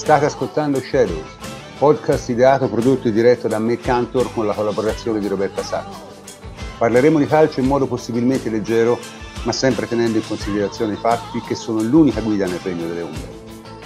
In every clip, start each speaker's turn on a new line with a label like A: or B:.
A: State ascoltando Shadows, podcast ideato, prodotto e diretto da me, Cantor, con la collaborazione di Roberta Sacco. Parleremo di calcio in modo possibilmente leggero, ma sempre tenendo in considerazione i fatti che sono l'unica guida nel regno delle ombre.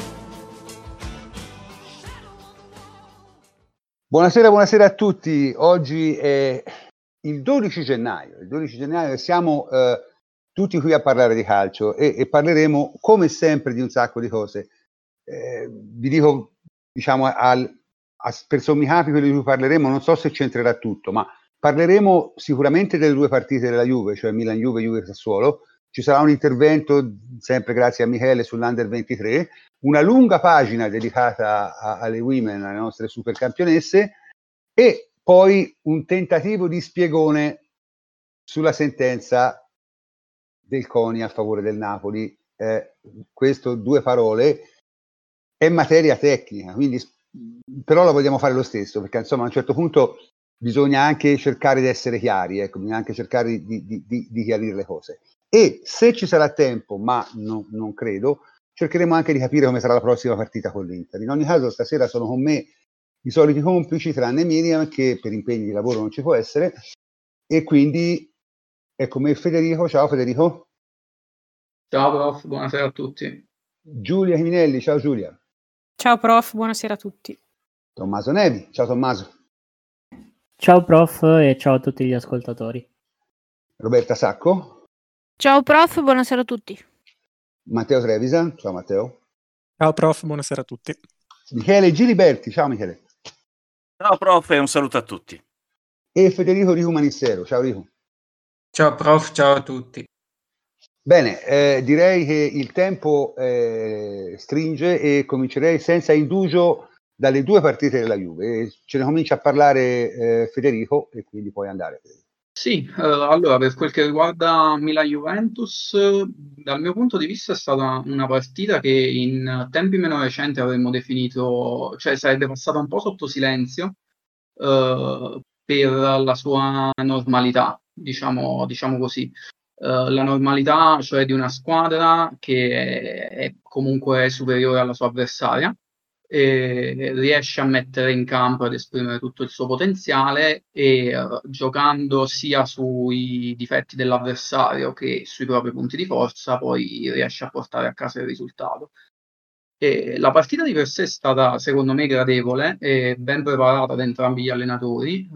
A: Buonasera a tutti. Oggi è il 12 gennaio e siamo tutti qui a parlare di calcio e parleremo come sempre di un sacco di cose. Vi dico, diciamo, per sommi capi quello di cui parleremo, non so se c'entrerà tutto, ma parleremo sicuramente delle due partite della Juve, cioè Milan-Juve, Juve-Sassuolo. Ci sarà un intervento, sempre grazie a Michele, sull'Under 23, una lunga pagina dedicata alle women, alle nostre super campionesse, e poi un tentativo di spiegone sulla sentenza del CONI a favore del Napoli. Questo, due parole, è materia tecnica, quindi però la vogliamo fare lo stesso, perché insomma a un certo punto bisogna anche cercare di essere chiari, ecco, bisogna anche cercare di chiarire le cose. E se ci sarà tempo, ma non credo, cercheremo anche di capire come sarà la prossima partita con l'Inter. In ogni caso stasera sono con me i soliti complici, tranne Miriam, che per impegni di lavoro non ci può essere, e quindi è con me Federico. Ciao Federico.
B: Ciao prof, buonasera a tutti.
A: Giulia Chiminelli, ciao Giulia.
C: Ciao prof, buonasera a tutti.
A: Tommaso Nevi, ciao Tommaso.
D: Ciao prof e ciao a tutti gli ascoltatori.
A: Roberta Sacco.
E: Ciao prof, buonasera a tutti.
A: Matteo Trevisan, ciao Matteo.
F: Ciao prof, buonasera a tutti.
A: Michele Giliberti, ciao Michele.
G: Ciao prof e un saluto a tutti.
A: E Federico Rico Manissero, ciao Rico.
H: Ciao prof, ciao a tutti.
A: Bene, direi che il tempo stringe e comincerei senza indugio dalle due partite della Juve. Ce ne comincia a parlare Federico e quindi puoi andare.
B: Sì, allora per quel che riguarda Milan-Juventus, dal mio punto di vista è stata una partita che in tempi meno recenti avremmo definito, cioè sarebbe passata un po' sotto silenzio per la sua normalità, diciamo così. La normalità, cioè di una squadra che è comunque superiore alla sua avversaria e riesce a mettere in campo ed esprimere tutto il suo potenziale e giocando sia sui difetti dell'avversario che sui propri punti di forza poi riesce a portare a casa il risultato. E la partita di per sé è stata secondo me gradevole e ben preparata da entrambi gli allenatori.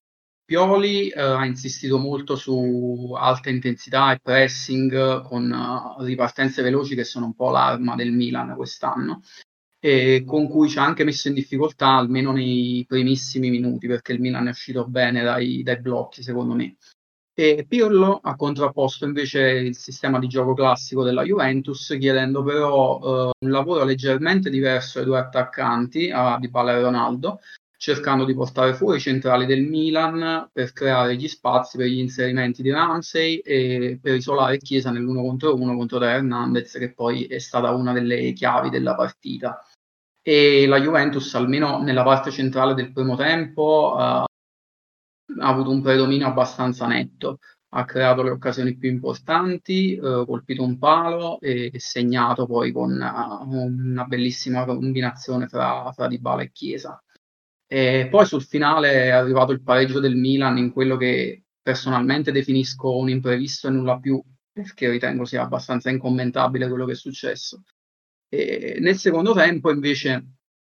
B: Pioli ha insistito molto su alta intensità e pressing con ripartenze veloci che sono un po' l'arma del Milan quest'anno e con cui ci ha anche messo in difficoltà almeno nei primissimi minuti perché il Milan è uscito bene dai blocchi secondo me. E Pirlo ha contrapposto invece il sistema di gioco classico della Juventus chiedendo però un lavoro leggermente diverso ai due attaccanti, a Dybala e Ronaldo, cercando di portare fuori i centrali del Milan per creare gli spazi per gli inserimenti di Ramsey e per isolare Chiesa nell'1 contro 1 contro Teo Hernandez, che poi è stata una delle chiavi della partita. E la Juventus, almeno nella parte centrale del primo tempo, ha avuto un predominio abbastanza netto. Ha creato le occasioni più importanti, colpito un palo e segnato poi con una bellissima combinazione fra Dybala e Chiesa. E poi sul finale è arrivato il pareggio del Milan in quello che personalmente definisco un imprevisto e nulla più, perché ritengo sia abbastanza incommentabile quello che è successo. E nel secondo tempo invece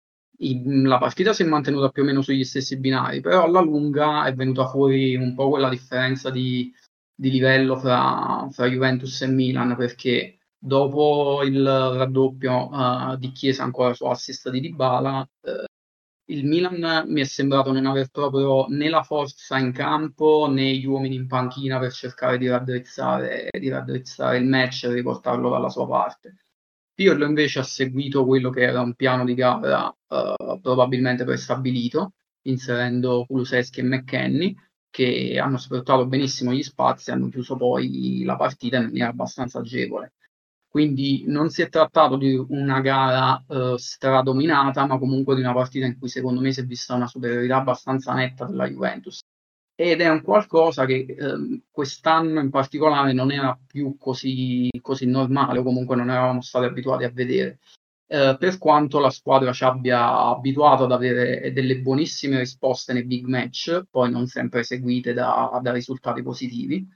B: la partita si è mantenuta più o meno sugli stessi binari, però alla lunga è venuta fuori un po' quella differenza di livello fra Juventus e Milan, perché dopo il raddoppio di Chiesa ancora su assist di Dybala, il Milan mi è sembrato non aver proprio né la forza in campo né gli uomini in panchina per cercare di raddrizzare il match e riportarlo dalla sua parte. Pirlo invece ha seguito quello che era un piano di gara probabilmente prestabilito, inserendo Kulusevski e McKennie, che hanno sfruttato benissimo gli spazi e hanno chiuso poi la partita in maniera abbastanza agevole. Quindi non si è trattato di una gara stradominata, ma comunque di una partita in cui secondo me si è vista una superiorità abbastanza netta della Juventus. Ed è un qualcosa che quest'anno in particolare non era più così normale, o comunque non eravamo stati abituati a vedere. per quanto la squadra ci abbia abituato ad avere delle buonissime risposte nei big match, poi non sempre seguite da risultati positivi.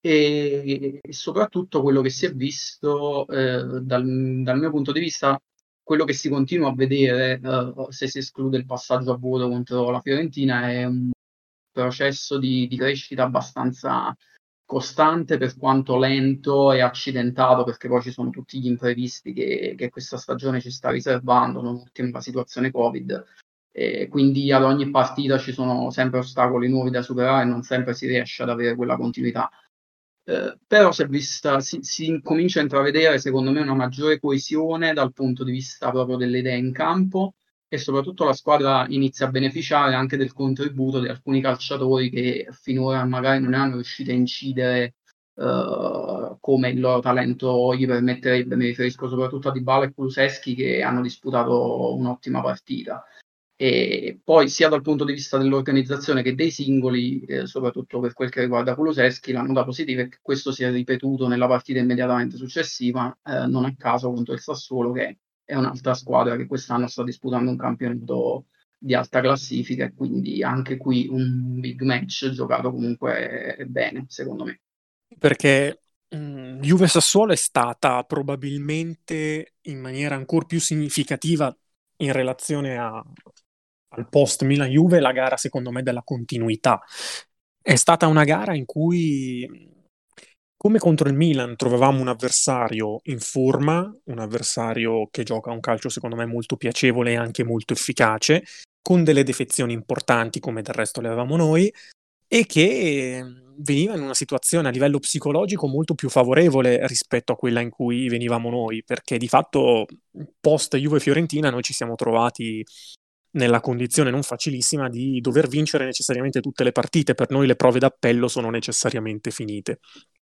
B: E soprattutto quello che si è visto dal mio punto di vista, quello che si continua a vedere, se si esclude il passaggio a vuoto contro la Fiorentina, è un processo di crescita abbastanza costante, per quanto lento e accidentato, perché poi ci sono tutti gli imprevisti che questa stagione ci sta riservando, non ultimo la situazione Covid. E quindi ad ogni partita ci sono sempre ostacoli nuovi da superare e non sempre si riesce ad avere quella continuità. Però si comincia a intravedere, secondo me, una maggiore coesione dal punto di vista proprio delle idee in campo, e soprattutto la squadra inizia a beneficiare anche del contributo di alcuni calciatori che finora magari non erano riusciti a incidere come il loro talento gli permetterebbe. Mi riferisco soprattutto a Dybala e Kulusevski, che hanno disputato un'ottima partita. E poi sia dal punto di vista dell'organizzazione che dei singoli, soprattutto per quel che riguarda Kulusevski, la nota positiva è che questo si è ripetuto nella partita immediatamente successiva, non a caso contro il Sassuolo, che è un'altra squadra che quest'anno sta disputando un campionato di alta classifica, e quindi anche qui un big match giocato comunque bene, secondo me.
F: Perché Juve Sassuolo è stata probabilmente in maniera ancora più significativa in relazione al post Milan Juve la gara, secondo me, della continuità. È stata una gara in cui, come contro il Milan, trovavamo un avversario in forma, un avversario che gioca un calcio secondo me molto piacevole e anche molto efficace, con delle defezioni importanti come del resto le avevamo noi, e che veniva in una situazione a livello psicologico molto più favorevole rispetto a quella in cui venivamo noi, perché di fatto post Juve-Fiorentina noi ci siamo trovati nella condizione non facilissima di dover vincere necessariamente tutte le partite. Per noi le prove d'appello sono necessariamente finite.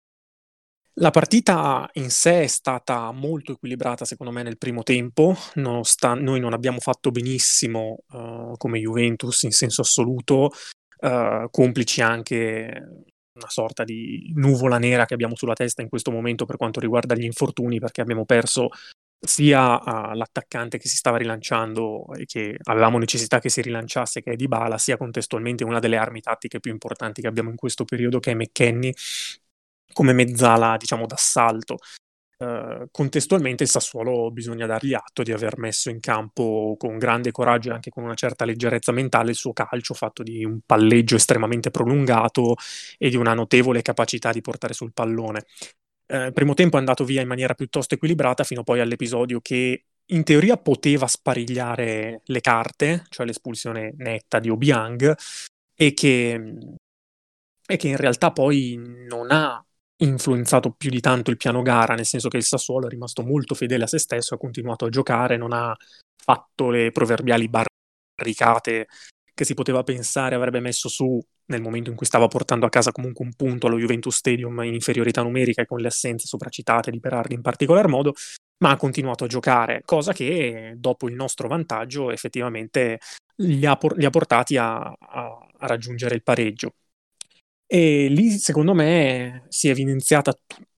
F: La partita in sé è stata molto equilibrata, secondo me, nel primo tempo. Noi non abbiamo fatto benissimo come Juventus in senso assoluto, complici anche una sorta di nuvola nera che abbiamo sulla testa in questo momento per quanto riguarda gli infortuni, perché abbiamo perso sia l'attaccante che si stava rilanciando e che avevamo necessità che si rilanciasse, che è Dybala, sia contestualmente una delle armi tattiche più importanti che abbiamo in questo periodo, che è McKennie, come mezzala, diciamo, d'assalto. Contestualmente il Sassuolo bisogna dargli atto di aver messo in campo con grande coraggio e anche con una certa leggerezza mentale il suo calcio, fatto di un palleggio estremamente prolungato e di una notevole capacità di portare sul pallone. Il primo tempo è andato via in maniera piuttosto equilibrata fino poi all'episodio che in teoria poteva sparigliare le carte, cioè l'espulsione netta di Obiang, e che in realtà poi non ha influenzato più di tanto il piano gara, nel senso che il Sassuolo è rimasto molto fedele a se stesso, ha continuato a giocare, non ha fatto le proverbiali barricate che si poteva pensare avrebbe messo su nel momento in cui stava portando a casa comunque un punto allo Juventus Stadium in inferiorità numerica e con le assenze sopracitate di Berardi in particolar modo, ma ha continuato a giocare, cosa che dopo il nostro vantaggio effettivamente li ha portati a raggiungere il pareggio. E lì, secondo me, si è evidenziata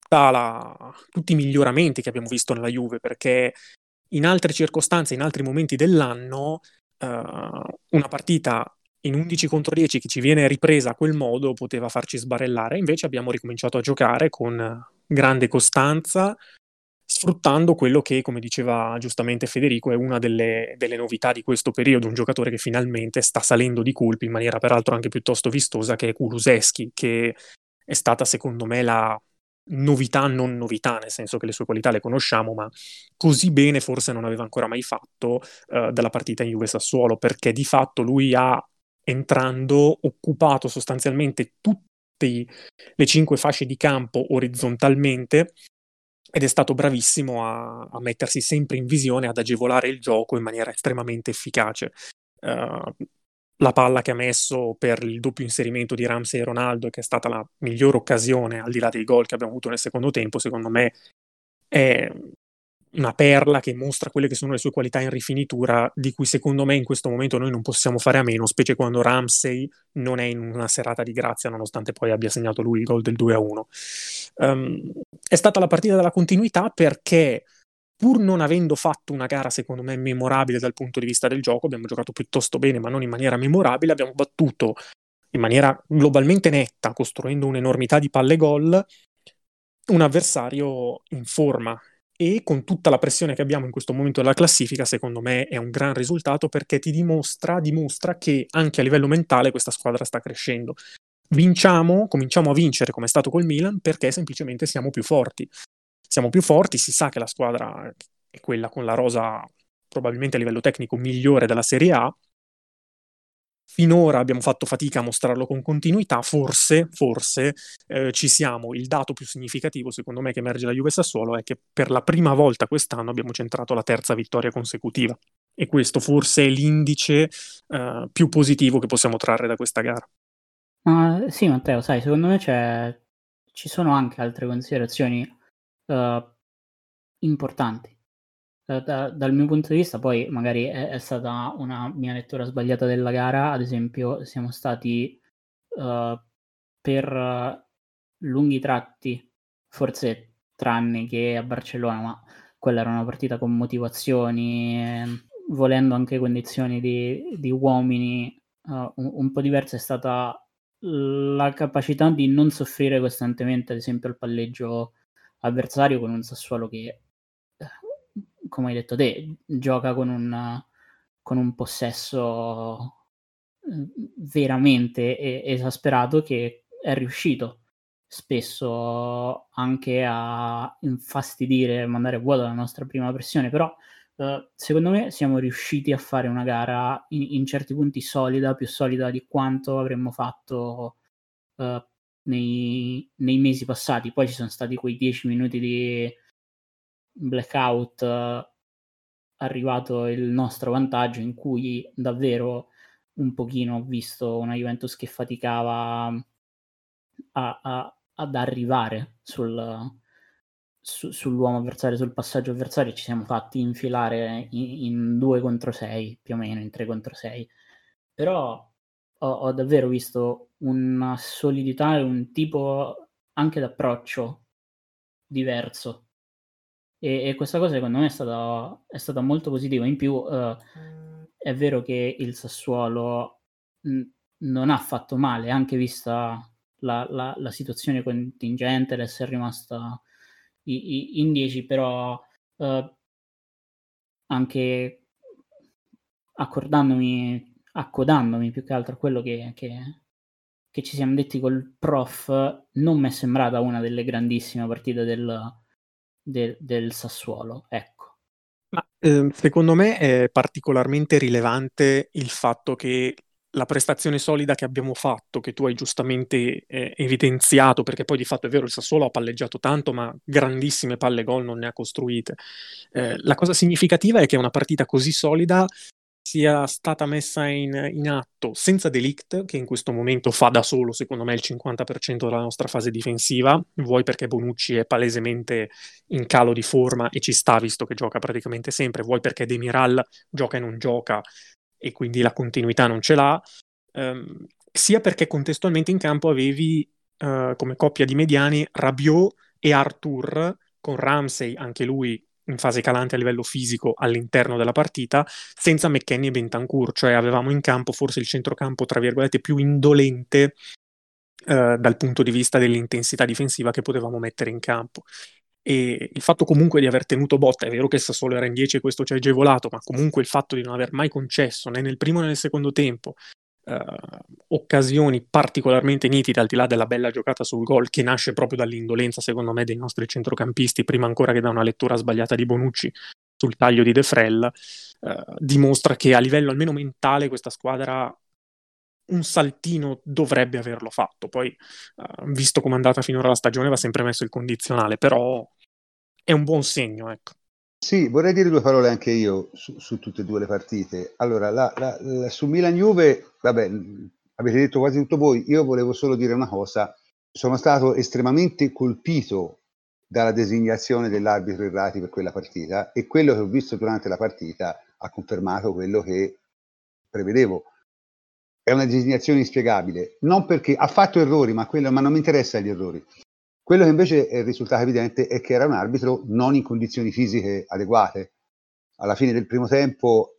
F: tutti i miglioramenti che abbiamo visto nella Juve, perché in altre circostanze, in altri momenti dell'anno, una partita in 11 contro 10 che ci viene ripresa a quel modo poteva farci sbarellare. Invece abbiamo ricominciato a giocare con grande costanza, sfruttando quello che, come diceva giustamente Federico, è una delle novità di questo periodo, un giocatore che finalmente sta salendo di colpi in maniera peraltro anche piuttosto vistosa, che è Kulusevski, che è stata secondo me la novità, non novità, nel senso che le sue qualità le conosciamo, ma così bene forse non aveva ancora mai fatto dalla partita in Juve Sassuolo, perché di fatto lui ha, entrando, occupato sostanzialmente tutte le 5 fasce di campo orizzontalmente, ed è stato bravissimo a mettersi sempre in visione, ad agevolare il gioco in maniera estremamente efficace. La palla che ha messo per il doppio inserimento di Ramsey e Ronaldo, che è stata la migliore occasione al di là dei gol che abbiamo avuto nel secondo tempo, secondo me è una perla che mostra quelle che sono le sue qualità in rifinitura, di cui secondo me in questo momento noi non possiamo fare a meno, specie quando Ramsey non è in una serata di grazia, nonostante poi abbia segnato lui il gol del 2-1. È stata la partita della continuità perché, pur non avendo fatto una gara secondo me memorabile dal punto di vista del gioco, abbiamo giocato piuttosto bene ma non in maniera memorabile, abbiamo battuto in maniera globalmente netta, costruendo un'enormità di palle gol, un avversario in forma, e con tutta la pressione che abbiamo in questo momento della classifica, secondo me è un gran risultato, perché ti dimostra che anche a livello mentale questa squadra sta crescendo. Cominciamo a vincere come è stato col Milan, perché semplicemente siamo più forti. Siamo più forti, si sa che la squadra è quella con la rosa probabilmente a livello tecnico migliore della Serie A. Finora abbiamo fatto fatica a mostrarlo con continuità, forse ci siamo. Il dato più significativo, secondo me, che emerge da Juve Sassuolo è che per la prima volta quest'anno abbiamo centrato la terza vittoria consecutiva, e questo forse è l'indice più positivo che possiamo trarre da questa gara.
D: Sì, Matteo, sai, secondo me ci sono anche altre considerazioni importanti. Dal mio punto di vista, poi magari è stata una mia lettura sbagliata della gara. Ad esempio, siamo stati per lunghi tratti, forse tranne che a Barcellona, ma quella era una partita con motivazioni, volendo anche condizioni di uomini un po' diversa, è stata la capacità di non soffrire costantemente, ad esempio, il palleggio avversario, con un Sassuolo che, come hai detto te, gioca con un possesso veramente esasperato, che è riuscito spesso anche a infastidire, mandare a vuoto la nostra prima pressione, però secondo me siamo riusciti a fare una gara in certi punti solida, più solida di quanto avremmo fatto nei mesi passati. Poi ci sono stati quei 10 minuti di blackout, arrivato il nostro vantaggio, in cui davvero un pochino ho visto una Juventus che faticava ad arrivare sull'uomo avversario, sul passaggio avversario. Ci siamo fatti infilare in 2 contro 6, più o meno in 3 contro 6, però ho davvero visto una solidità e un tipo anche d'approccio diverso, e questa cosa secondo me è stata molto positiva. In più è vero che il Sassuolo non ha fatto male, anche vista la situazione contingente, l'essere rimasta in 10, però anche accodandomi più che altro a quello che ci siamo detti col prof, non m'è sembrata una delle grandissime partite del Sassuolo, ecco.
F: Ma secondo me è particolarmente rilevante il fatto che la prestazione solida che abbiamo fatto, che tu hai giustamente evidenziato, perché poi di fatto è vero, il Sassuolo ha palleggiato tanto, ma grandissime palle gol non ne ha costruite. La cosa significativa è che una partita così solida sia stata messa in atto senza De Ligt, che in questo momento fa da solo, secondo me, il 50% della nostra fase difensiva, vuoi perché Bonucci è palesemente in calo di forma e ci sta, visto che gioca praticamente sempre, vuoi perché Demiral gioca e non gioca e quindi la continuità non ce l'ha, sia perché contestualmente in campo avevi come coppia di mediani Rabiot e Arthur, con Ramsey, anche lui in fase calante a livello fisico all'interno della partita, senza McKennie e Bentancur, cioè avevamo in campo forse il centrocampo, tra virgolette, più indolente dal punto di vista dell'intensità difensiva che potevamo mettere in campo. E il fatto comunque di aver tenuto botta, è vero che Sassuolo era in 10 e questo ci ha agevolato, ma comunque il fatto di non aver mai concesso né nel primo né nel secondo tempo occasioni particolarmente nitide, al di là della bella giocata sul gol, che nasce proprio dall'indolenza, secondo me, dei nostri centrocampisti, prima ancora che da una lettura sbagliata di Bonucci sul taglio di De Frel, dimostra che a livello almeno mentale questa squadra un saltino dovrebbe averlo fatto. Poi, visto come è andata finora la stagione, va sempre messo il condizionale, però è un buon segno, ecco.
A: Sì, vorrei dire 2 parole anche io su tutte e 2 le partite. Allora, su Milan-Juve, vabbè, avete detto quasi tutto voi, io volevo solo dire una cosa. Sono stato estremamente colpito dalla designazione dell'arbitro Errati per quella partita, e quello che ho visto durante la partita ha confermato quello che prevedevo. È una designazione inspiegabile, non perché ha fatto errori, ma non mi interessa gli errori. Quello che invece è risultato evidente è che era un arbitro non in condizioni fisiche adeguate. Alla fine del primo tempo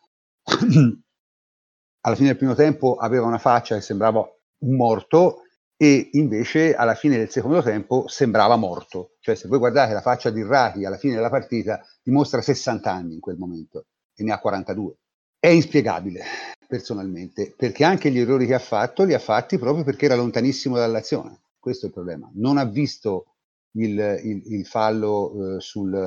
A: aveva una faccia che sembrava un morto, e invece alla fine del secondo tempo sembrava morto. Cioè, se voi guardate la faccia di Rahi alla fine della partita, dimostra 60 anni in quel momento e ne ha 42. È inspiegabile, personalmente, perché anche gli errori che ha fatto li ha fatti proprio perché era lontanissimo dall'azione. Questo è il problema. Non ha visto il fallo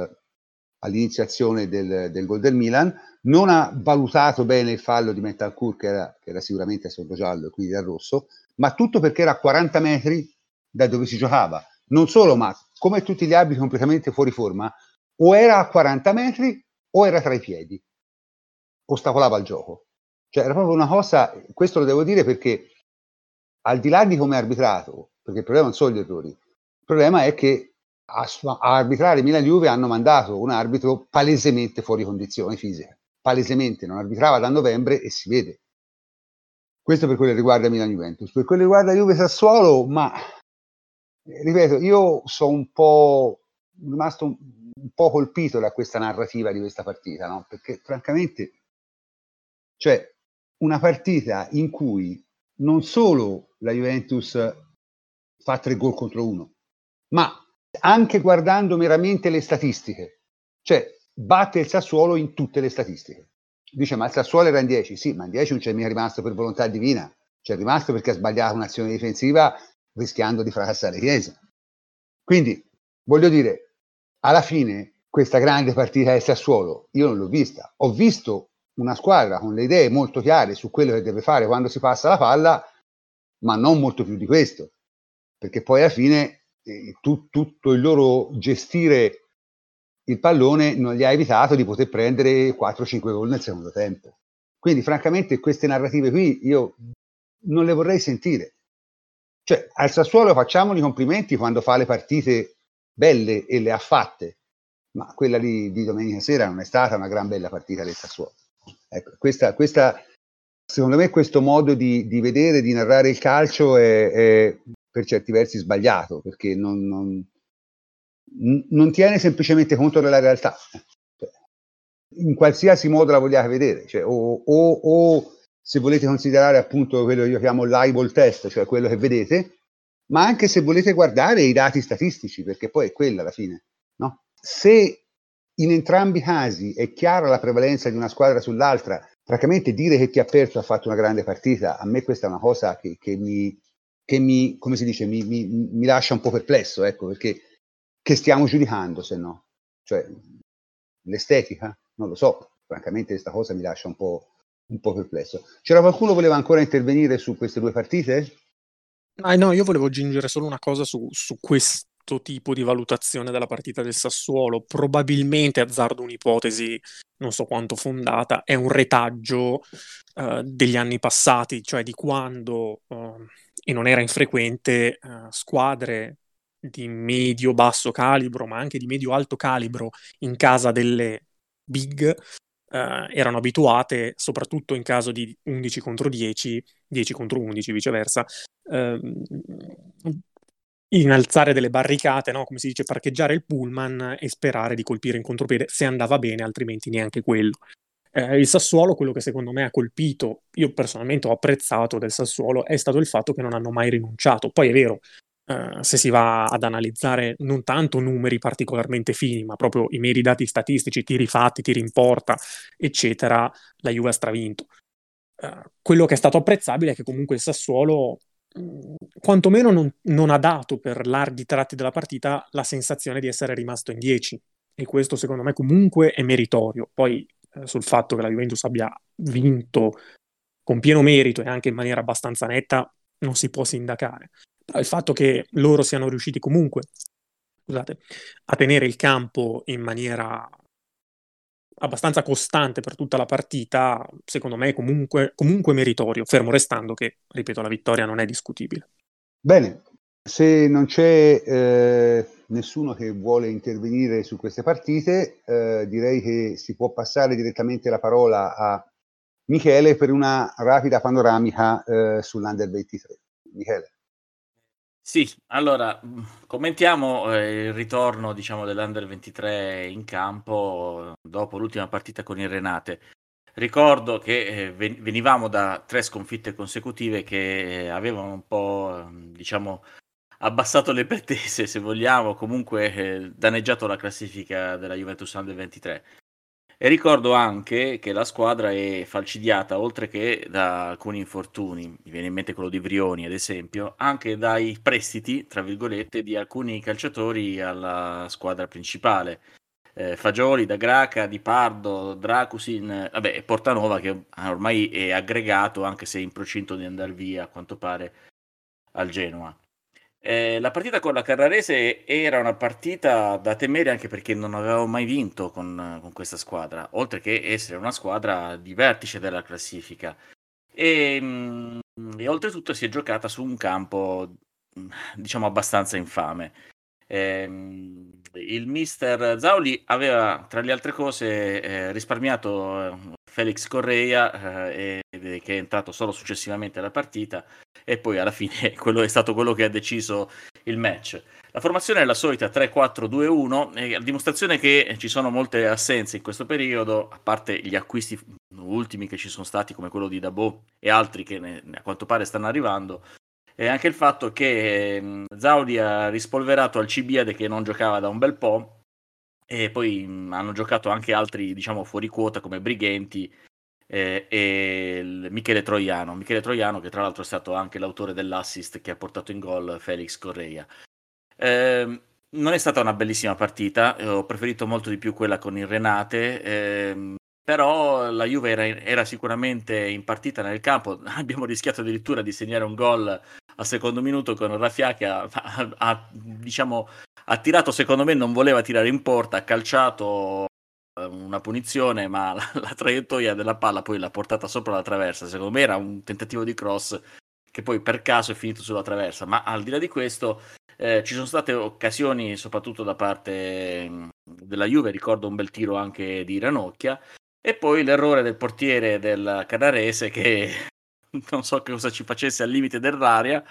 A: all'iniziazione del gol del Milan, non ha valutato bene il fallo di Bentancur, che era sicuramente a sottogiallo e quindi al rosso, ma tutto perché era a 40 metri da dove si giocava. Non solo, ma come tutti gli arbitri completamente fuori forma, o era a 40 metri o era tra i piedi, ostacolava il gioco. Cioè era proprio una cosa, questo lo devo dire perché al di là di come è arbitrato, perché il problema non sono gli errori, il problema è che a arbitrare Milan-Juve hanno mandato un arbitro palesemente fuori condizioni fisiche, palesemente, non arbitrava da novembre e si vede. Questo per quello che riguarda Milan-Juventus. Per quello che riguarda Juve-Sassuolo, ma ripeto, io sono rimasto un po' colpito da questa narrativa di questa partita, no? Perché francamente, cioè, una partita in cui non solo la Juventus fa 3 gol contro 1, ma anche guardando meramente le statistiche, cioè batte il Sassuolo in tutte le statistiche. Dice, ma il Sassuolo era in 10, sì, ma in 10 non c'è mica rimasto per volontà divina, c'è rimasto perché ha sbagliato un'azione difensiva rischiando di fracassare Chiesa. Quindi, voglio dire, alla fine questa grande partita del Sassuolo io non l'ho vista, ho visto una squadra con le idee molto chiare su quello che deve fare quando si passa la palla, ma non molto più di questo, perché poi alla fine tutto il loro gestire il pallone non gli ha evitato di poter prendere 4-5 gol nel secondo tempo. Quindi francamente queste narrative qui io non le vorrei sentire. Cioè al Sassuolo facciamogli i complimenti quando fa le partite belle, e le ha fatte, ma quella di domenica sera non è stata una gran bella partita del Sassuolo. Ecco, questa secondo me questo modo di vedere, di narrare il calcio è per certi versi sbagliato, perché non tiene semplicemente conto della realtà, in qualsiasi modo la vogliate vedere, cioè, o se volete considerare appunto quello che io chiamo l'eyeball test, cioè quello che vedete, ma anche se volete guardare i dati statistici, perché poi è quella alla fine, no? Se in entrambi i casi è chiara la prevalenza di una squadra sull'altra, francamente dire che Chiappetto ha fatto una grande partita, a me questa è una cosa che mi come si dice, mi lascia un po' perplesso, ecco, perché che stiamo giudicando se no? Cioè, l'estetica? Non lo so, francamente questa cosa mi lascia un po' perplesso. C'era qualcuno che voleva ancora intervenire su queste due partite?
F: No, io volevo aggiungere solo una cosa su questo tipo di valutazione della partita del Sassuolo. Probabilmente, azzardo un'ipotesi, non so quanto fondata, è un retaggio degli anni passati, cioè di quando, e non era infrequente, squadre di medio-basso calibro, ma anche di medio-alto calibro in casa delle big, erano abituate, soprattutto in caso di 11 contro 10, 10 contro 11, viceversa, innalzare delle barricate, no? Come si dice, parcheggiare il pullman e sperare di colpire in contropiede se andava bene, altrimenti neanche quello. Il Sassuolo, quello che secondo me ha colpito, io personalmente ho apprezzato del Sassuolo, è stato il fatto che non hanno mai rinunciato. Poi è vero, se si va ad analizzare non tanto numeri particolarmente fini, ma proprio i meri dati statistici, tiri fatti, tiri in porta, eccetera, la Juve ha stravinto. Quello che è stato apprezzabile è che comunque il Sassuolo quantomeno non ha dato per larghi tratti della partita la sensazione di essere rimasto in 10, e questo secondo me comunque è meritorio. Poi sul fatto che la Juventus abbia vinto con pieno merito e anche in maniera abbastanza netta non si può sindacare, però il fatto che loro siano riusciti comunque, scusate, a tenere il campo in maniera abbastanza costante per tutta la partita, secondo me è comunque meritorio, fermo restando che, ripeto, la vittoria non è discutibile.
A: Bene, se non c'è nessuno che vuole intervenire su queste partite, direi che si può passare direttamente la parola a Michele per una rapida panoramica sull'Under 23. Michele.
G: Sì, allora commentiamo il ritorno, diciamo, dell'Under 23 in campo dopo l'ultima partita con il Renate. Ricordo che venivamo da 3 sconfitte consecutive che avevano un po', diciamo, abbassato le pretese, se vogliamo, comunque danneggiato la classifica della Juventus Under 23. E ricordo anche che la squadra è falcidiata, oltre che da alcuni infortuni, mi viene in mente quello di Vrioni ad esempio, anche dai prestiti, tra virgolette, di alcuni calciatori alla squadra principale. Fagioli, Da Graca, Di Pardo, Dracusin, vabbè, e Portanova che ormai è aggregato, anche se in procinto di andare via, a quanto pare, al Genoa. La partita con la Carrarese era una partita da temere anche perché non avevamo mai vinto con questa squadra, oltre che essere una squadra di vertice della classifica. E oltretutto si è giocata su un campo, diciamo, abbastanza infame. Il mister Zauli aveva, tra le altre cose, risparmiato Felix Correa, che è entrato solo successivamente alla partita, e poi alla fine quello è stato quello che ha deciso il match. La formazione è la solita 3-4-2-1, a dimostrazione che ci sono molte assenze in questo periodo, a parte gli acquisti ultimi che ci sono stati, come quello di Dabo e altri che a quanto pare stanno arrivando. E anche il fatto che Zauli ha rispolverato Alcibiade che non giocava da un bel po', e poi hanno giocato anche altri, diciamo, fuori quota come Brighenti e Michele Troiano che tra l'altro è stato anche l'autore dell'assist che ha portato in gol Felix Correa. Non è stata una bellissima partita, ho preferito molto di più quella con il Renate, però la Juve era sicuramente in partita nel campo. Abbiamo rischiato addirittura di segnare un gol al secondo minuto con Rafia che diciamo, ha tirato, secondo me non voleva tirare in porta, ha calciato una punizione, ma la traiettoria della palla poi l'ha portata sopra la traversa. Secondo me era un tentativo di cross che poi per caso è finito sulla traversa, ma al di là di questo ci sono state occasioni soprattutto da parte della Juve, ricordo un bel tiro anche di Ranocchia, e poi l'errore del portiere del Canarese che non so che cosa ci facesse al limite dell'area,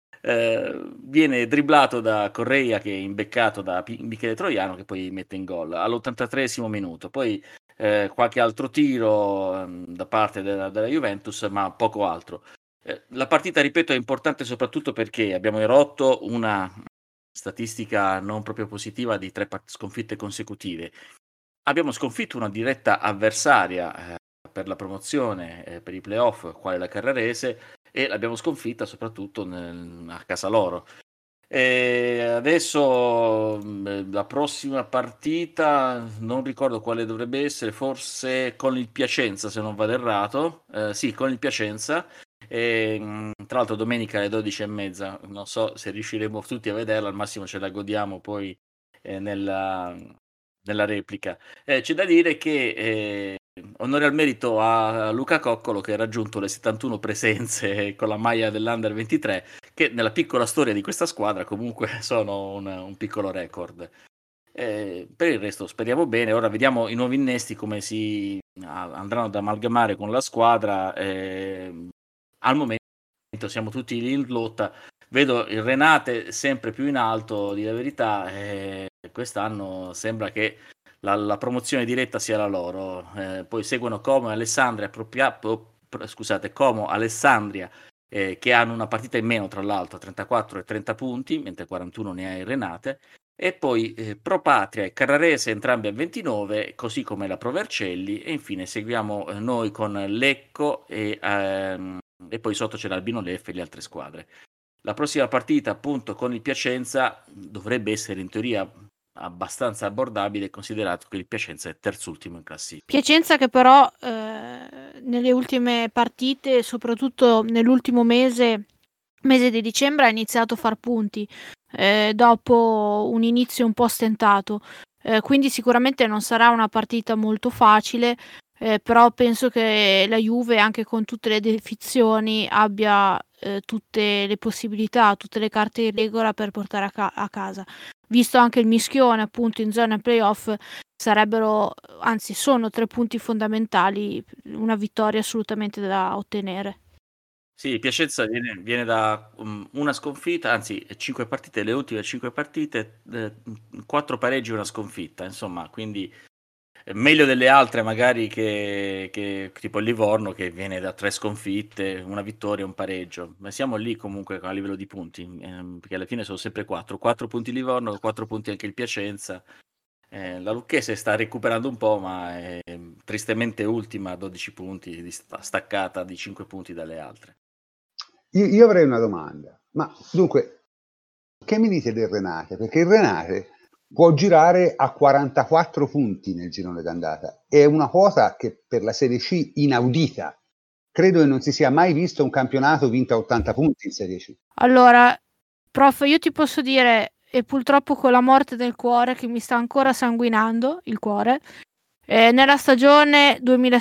G: viene dribblato da Correa che è imbeccato da Michele Troiano che poi mette in gol all'83esimo minuto. Poi qualche altro tiro da parte della Juventus, ma poco altro. La partita, ripeto, è importante soprattutto perché abbiamo rotto una statistica non proprio positiva di 3 sconfitte consecutive. Abbiamo sconfitto una diretta avversaria per la promozione, per i playoff, quale la Carrarese, e l'abbiamo sconfitta soprattutto a casa loro. E adesso la prossima partita non ricordo quale dovrebbe essere, forse con il Piacenza se non vado errato, sì, con il Piacenza, e, tra l'altro domenica alle 12:30, non so se riusciremo tutti a vederla, al massimo ce la godiamo poi nella replica. C'è da dire che onore al merito a Luca Coccolo che ha raggiunto le 71 presenze con la maglia dell'Under 23, che nella piccola storia di questa squadra comunque sono un piccolo record. Per il resto speriamo bene. Ora vediamo i nuovi innesti come si andranno ad amalgamare con la squadra. Al momento siamo tutti lì in lotta. Vedo il Renate sempre più in alto, di la verità, quest'anno sembra che la promozione diretta sia la loro. Poi seguono Como e Alessandria, Como, Alessandria, che hanno una partita in meno tra l'altro, 34 e 30 punti, mentre 41 ne ha il Renate, e poi Pro Patria e Carrarese entrambi a 29, così come la Pro Vercelli, e infine seguiamo noi con Lecco e poi sotto c'è l'Albino Leffe e le altre squadre. La prossima partita appunto con il Piacenza dovrebbe essere in teoria abbastanza abbordabile, considerato che il Piacenza è terzultimo in classifica.
E: Piacenza che però nelle ultime partite, soprattutto nell'ultimo mese di dicembre, ha iniziato a far punti dopo un inizio un po' stentato, quindi sicuramente non sarà una partita molto facile, però penso che la Juve, anche con tutte le defezioni, abbia tutte le possibilità, tutte le carte in regola per portare a casa. Visto anche il mischione appunto in zona playoff, sono 3 punti fondamentali, una vittoria assolutamente da ottenere.
G: Sì, Piacenza viene da una sconfitta, anzi 5 partite, le ultime 5 partite, 4 pareggi e una sconfitta, insomma, quindi meglio delle altre magari che tipo il Livorno che viene da 3 sconfitte, una vittoria e un pareggio, ma siamo lì comunque a livello di punti, perché alla fine sono sempre 4 punti Livorno, 4 punti anche il Piacenza. La Lucchese sta recuperando un po', ma è tristemente ultima a 12 punti, staccata di 5 punti dalle altre.
A: Io avrei una domanda, ma dunque, che mi dite del Renate? Perché il Renate può girare a 44 punti nel girone d'andata, è una cosa che per la Serie C inaudita. Credo che non si sia mai visto un campionato vinto a 80 punti in Serie C.
E: Allora, prof, io ti posso dire, e purtroppo con la morte del cuore che mi sta ancora sanguinando il cuore, nella stagione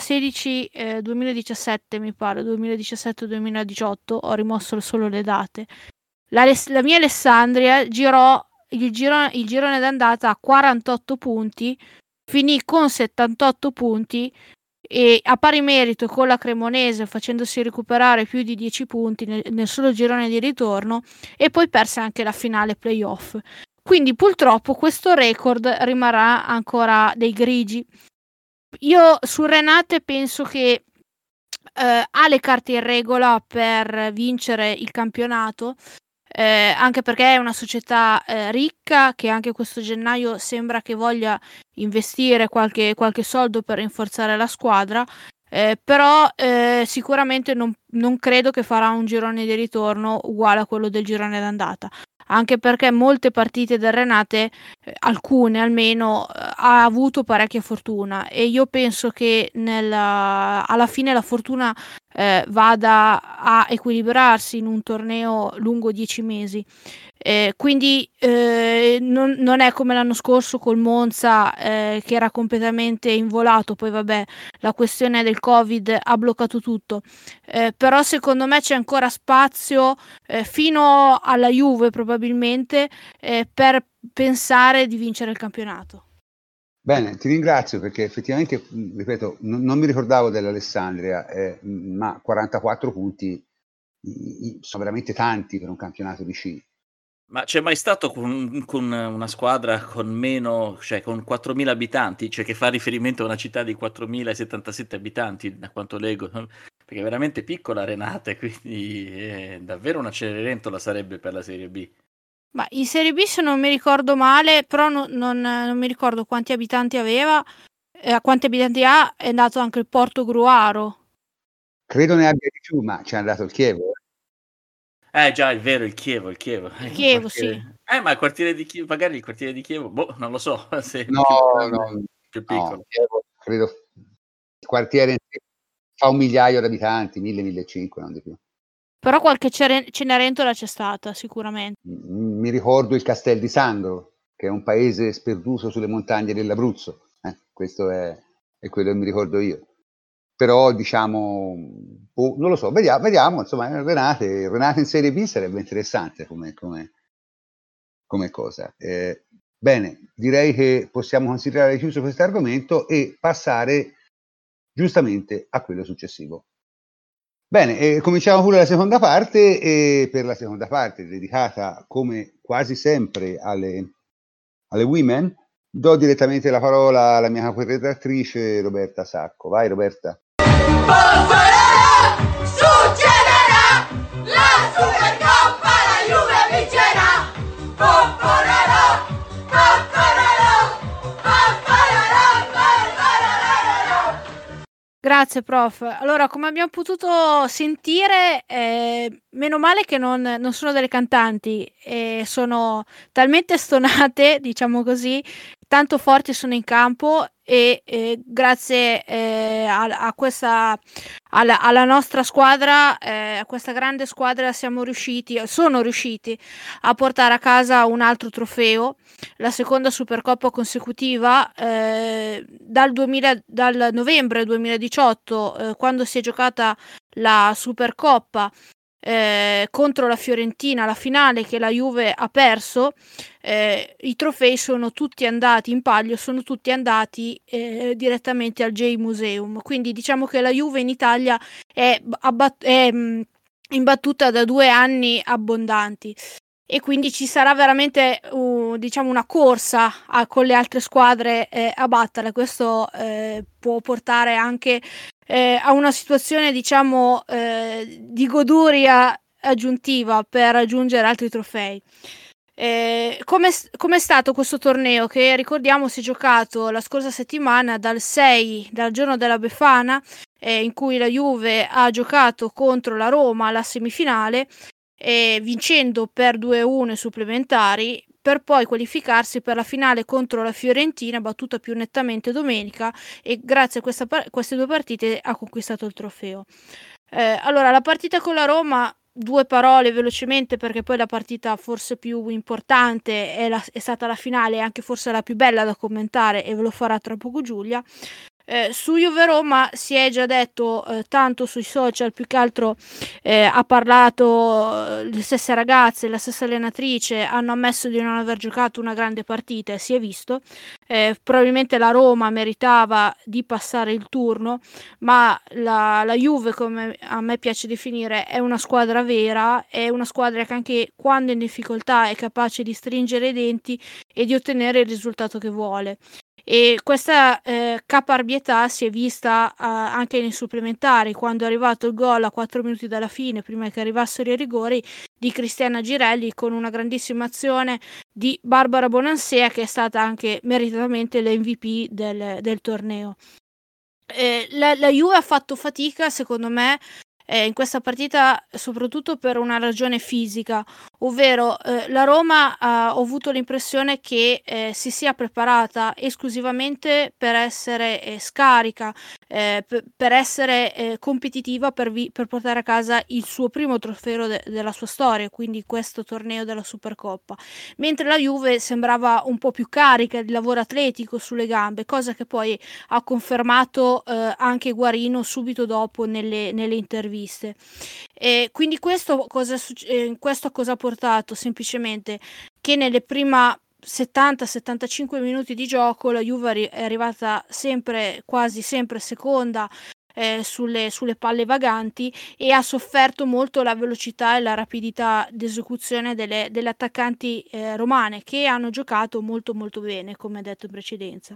E: 2016-2017 mi pare, 2017-2018, ho rimosso solo le date, la mia Alessandria girò il girone d'andata a 48 punti, finì con 78 punti e a pari merito con la Cremonese, facendosi recuperare più di 10 punti nel solo girone di ritorno, e poi perse anche la finale playoff. Quindi purtroppo questo record rimarrà ancora dei grigi. Io su Renate penso che ha le carte in regola per vincere il campionato, anche perché è una società ricca che anche questo gennaio sembra che voglia investire qualche soldo per rinforzare la squadra, però sicuramente non credo che farà un girone di ritorno uguale a quello del girone d'andata, anche perché molte partite del Renate, alcune almeno, ha avuto parecchia fortuna, e io penso che alla fine la fortuna vada a equilibrarsi in un torneo lungo 10 mesi. Quindi non è come l'anno scorso col Monza, che era completamente involato. Poi vabbè, la questione del Covid ha bloccato tutto, però secondo me c'è ancora spazio fino alla Juve probabilmente per pensare di vincere il campionato.
A: Bene, ti ringrazio perché effettivamente, ripeto, non mi ricordavo dell'Alessandria, ma 44 punti sono veramente tanti per un campionato di C.
G: Ma c'è mai stato con una squadra con meno, cioè con 4.000 abitanti, cioè che fa riferimento a una città di 4.077 abitanti, da quanto leggo, perché è veramente piccola Renate, quindi davvero una Cenerentola sarebbe per la Serie B.
E: Ma in Serie B, se non mi ricordo male, però non mi ricordo quanti abitanti aveva, quanti abitanti ha, è nato anche il Portogruaro.
A: Credo ne abbia di più, ma c'è andato il Chievo.
G: Già, è vero, il Chievo.
E: Il Chievo, sì.
G: Ma il quartiere di Chievo, magari il quartiere di Chievo, non lo so, se è
A: No,
G: più piccolo.
A: No, Chievo, credo il quartiere fa 1 migliaio di abitanti, 1.000-1.500, non di più.
E: Però qualche Cenerentola c'è stata, sicuramente.
A: Mi ricordo il Castel di Sangro, che è un paese sperduto sulle montagne dell'Abruzzo. Questo è quello che mi ricordo io. Però diciamo, non lo so, vediamo, insomma, Renate in Serie B sarebbe interessante come cosa. Bene, direi che possiamo considerare chiuso questo argomento e passare giustamente a quello successivo. Bene, cominciamo pure la seconda parte, e per la seconda parte, dedicata come quasi sempre alle women, do direttamente la parola alla mia co-redattrice Roberta Sacco. Vai Roberta.
I: Succederà, la Supercoppa la Juve vincerà.
E: Grazie prof. Allora, come abbiamo potuto sentire, meno male che non sono delle cantanti, sono talmente stonate, diciamo così, tanto forti sono in campo, e grazie a questa alla nostra squadra, a questa grande squadra sono riusciti a portare a casa un altro trofeo, la seconda Supercoppa consecutiva dal novembre 2018, quando si è giocata la Supercoppa contro la Fiorentina, la finale che la Juve ha perso. I trofei sono tutti andati in palio, sono tutti andati direttamente al J-Museum, quindi diciamo che la Juve in Italia è imbattuta da 2 anni abbondanti. E quindi ci sarà veramente diciamo una corsa con le altre squadre a battere. Questo può portare anche a una situazione diciamo di goduria aggiuntiva per raggiungere altri trofei. Com'è stato questo torneo che ricordiamo si è giocato la scorsa settimana dal giorno della Befana, in cui la Juve ha giocato contro la Roma alla semifinale, vincendo per 2-1 supplementari, per poi qualificarsi per la finale contro la Fiorentina, battuta più nettamente domenica, e grazie a queste 2 partite ha conquistato il trofeo. Allora, la partita con la Roma, 2 parole velocemente, perché poi la partita forse più importante è stata la finale, e anche forse la più bella da commentare, e ve lo farà tra poco Giulia. Su Juve Roma si è già detto tanto sui social, più che altro ha parlato le stesse ragazze, la stessa allenatrice hanno ammesso di non aver giocato una grande partita, e si è visto. Probabilmente la Roma meritava di passare il turno, ma la Juve, come a me piace definire, è una squadra vera, è una squadra che anche quando è in difficoltà è capace di stringere i denti e di ottenere il risultato che vuole. E questa caparbietà si è vista anche nei supplementari, quando è arrivato il gol a 4 minuti dalla fine, prima che arrivassero i rigori, di Cristiana Girelli, con una grandissima azione di Barbara Bonansea, che è stata anche meritatamente l'MVP del torneo. La Juve ha fatto fatica, secondo me, in questa partita, soprattutto per una ragione fisica, ovvero la Roma ho avuto l'impressione che si sia preparata esclusivamente per essere scarica, per essere competitiva, per portare a casa il suo primo trofeo della sua storia, quindi questo torneo della Supercoppa, mentre la Juve sembrava un po' più carica di lavoro atletico sulle gambe, cosa che poi ha confermato anche Guarino subito dopo nelle interviste. Quindi questo cosa ha portato? Semplicemente che nelle prima 70-75 minuti di gioco la Juve è arrivata quasi sempre seconda sulle palle vaganti, e ha sofferto molto la velocità e la rapidità d'esecuzione delle attaccanti romane, che hanno giocato molto molto bene, come detto in precedenza.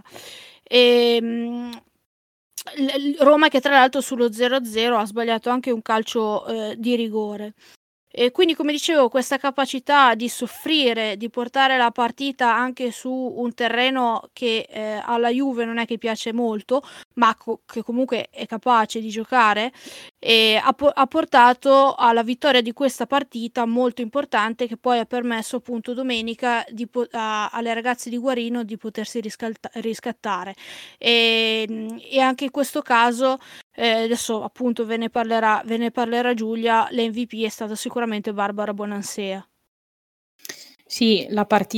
E: Roma che tra l'altro sullo 0-0 ha sbagliato anche un calcio di rigore. E quindi, come dicevo, questa capacità di soffrire, di portare la partita anche su un terreno che alla Juve non è che piace molto, ma che comunque è capace di giocare, ha portato alla vittoria di questa partita molto importante, che poi ha permesso appunto domenica alle ragazze di Guarino di potersi riscattare. E anche in questo caso, adesso appunto ve ne parlerà Giulia, l'MVP è stata sicuramente Barbara Bonansea.
C: Sì,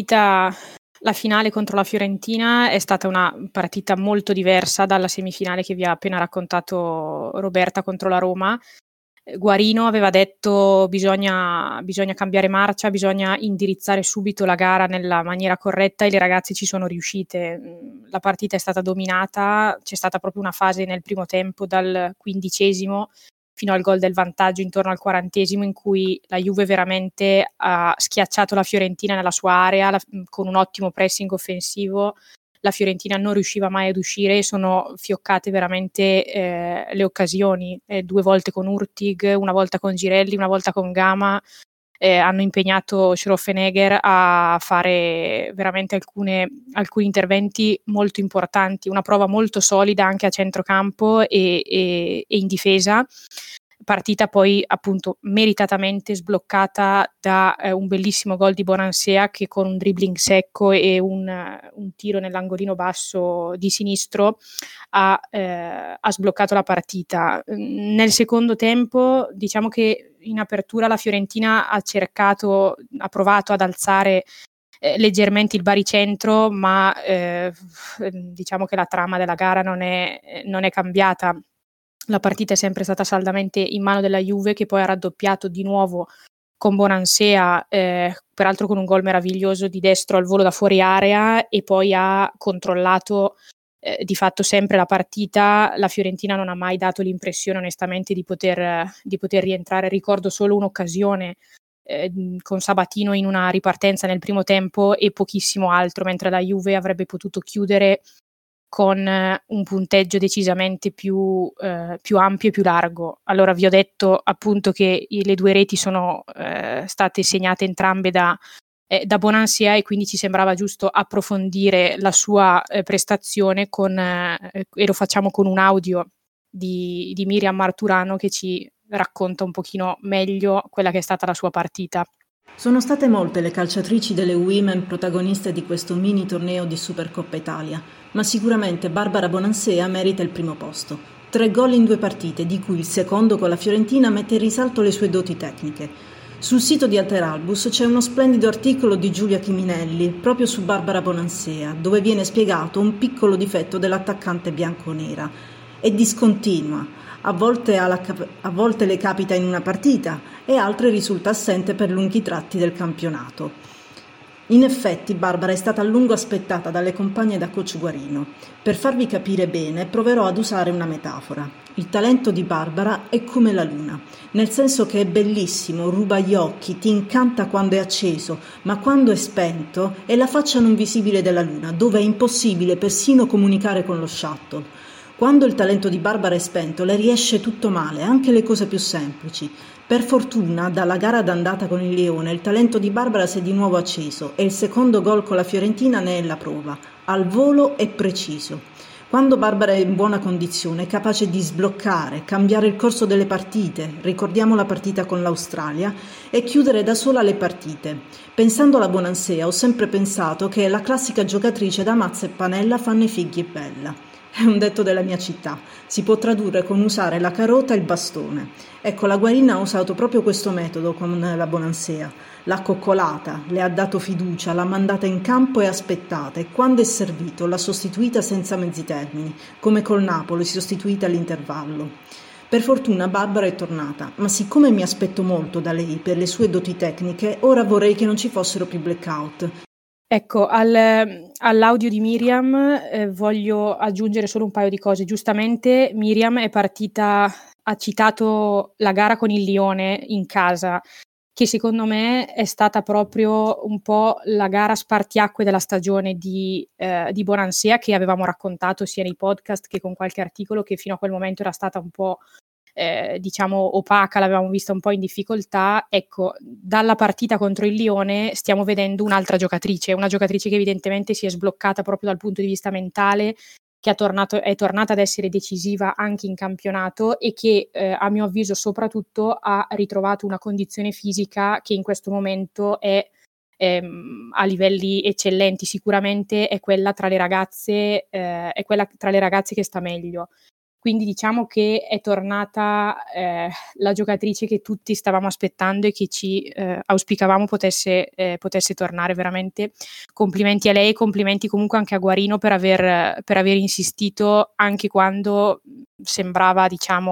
C: la finale contro la Fiorentina è stata una partita molto diversa dalla semifinale che vi ha appena raccontato Roberta contro la Roma. Guarino aveva detto bisogna cambiare marcia, bisogna indirizzare subito la gara nella maniera corretta, e le ragazze ci sono riuscite. La partita è stata dominata, c'è stata proprio una fase nel primo tempo, dal 15° fino al gol del vantaggio intorno al 40° in cui la Juve veramente ha schiacciato la Fiorentina nella sua area con un ottimo pressing offensivo. La Fiorentina non riusciva mai ad uscire, sono fioccate veramente le occasioni, 2 volte con Hurtig, una volta con Girelli, una volta con Gama. Hanno impegnato Schroffenegger a fare veramente alcuni interventi molto importanti, una prova molto solida anche a centrocampo e in difesa. Partita poi appunto meritatamente sbloccata da un bellissimo gol di Bonansea, che con un dribbling secco e un tiro nell'angolino basso di sinistro ha sbloccato la partita. Nel secondo tempo, diciamo che in apertura la Fiorentina ha provato ad alzare leggermente il baricentro, ma diciamo che la trama della gara non è cambiata. La partita è sempre stata saldamente in mano della Juve, che poi ha raddoppiato di nuovo con Bonansea, peraltro con un gol meraviglioso di destro al volo da fuori area, e poi ha controllato di fatto sempre la partita. La Fiorentina non ha mai dato l'impressione onestamente di poter rientrare. Ricordo solo un'occasione con Sabatino in una ripartenza nel primo tempo e pochissimo altro, mentre la Juve avrebbe potuto chiudere con un punteggio decisamente più ampio e più largo. Allora vi ho detto appunto che le 2 reti sono state segnate entrambe da Bonansia, e quindi ci sembrava giusto approfondire la sua prestazione e lo facciamo con un audio di Miriam Marturano che ci racconta un pochino meglio quella che è stata la sua partita.
J: Sono state molte le calciatrici delle Women protagoniste di questo mini torneo di Supercoppa Italia, ma sicuramente Barbara Bonansea merita il primo posto. 3 gol in 2 partite, di cui il secondo con la Fiorentina mette in risalto le sue doti tecniche. Sul sito di Alteralbus c'è uno splendido articolo di Giulia Chiminelli proprio su Barbara Bonansea, dove viene spiegato un piccolo difetto dell'attaccante bianconera. È discontinua, a volte le capita in una partita e altre risulta assente per lunghi tratti del campionato. In effetti Barbara è stata a lungo aspettata dalle compagne da coach Guarino. Per farvi capire bene proverò ad usare una metafora. Il talento di Barbara è come la luna, nel senso che è bellissimo, ruba gli occhi, ti incanta quando è acceso, ma quando è spento è la faccia non visibile della luna, dove è impossibile persino comunicare con lo shuttle. Quando il talento di Barbara è spento le riesce tutto male, anche le cose più semplici. Per fortuna, dalla gara d'andata con il Lione, il talento di Barbara si è di nuovo acceso e il secondo gol con la Fiorentina ne è la prova, al volo e preciso. Quando Barbara è in buona condizione è capace di sbloccare, cambiare il corso delle partite, ricordiamo la partita con l'Australia, e chiudere da sola le partite. Pensando alla Bonansea ho sempre pensato che è la classica giocatrice da mazza e panella fanno i figli e bella. È un detto della mia città, si può tradurre con usare la carota e il bastone. Ecco, la Guarina ha usato proprio questo metodo con la Bonansea. L'ha coccolata, le ha dato fiducia, l'ha mandata in campo e aspettata, e quando è servito l'ha sostituita senza mezzi termini, come col Napoli, sostituita all'intervallo. Per fortuna Barbara è tornata, ma siccome mi aspetto molto da lei per le sue doti tecniche, ora vorrei che non ci fossero più blackout.
C: Ecco, all'audio di Miriam voglio aggiungere solo un paio di cose. Giustamente Miriam ha citato la gara con il Lione in casa, che secondo me è stata proprio un po' la gara spartiacque della stagione di Bonansea, che avevamo raccontato sia nei podcast che con qualche articolo, che fino a quel momento era stata un po' opaca, l'avevamo vista un po' in difficoltà. Ecco, dalla partita contro il Lione stiamo vedendo un'altra giocatrice, una giocatrice che evidentemente si è sbloccata proprio dal punto di vista mentale, che è tornata ad essere decisiva anche in campionato e che a mio avviso soprattutto ha ritrovato una condizione fisica che in questo momento è a livelli eccellenti. Sicuramente è quella tra le ragazze che sta meglio. Quindi diciamo che è tornata la giocatrice che tutti stavamo aspettando e che ci auspicavamo potesse tornare. Veramente complimenti a lei, complimenti comunque anche a Guarino per aver insistito anche quando sembrava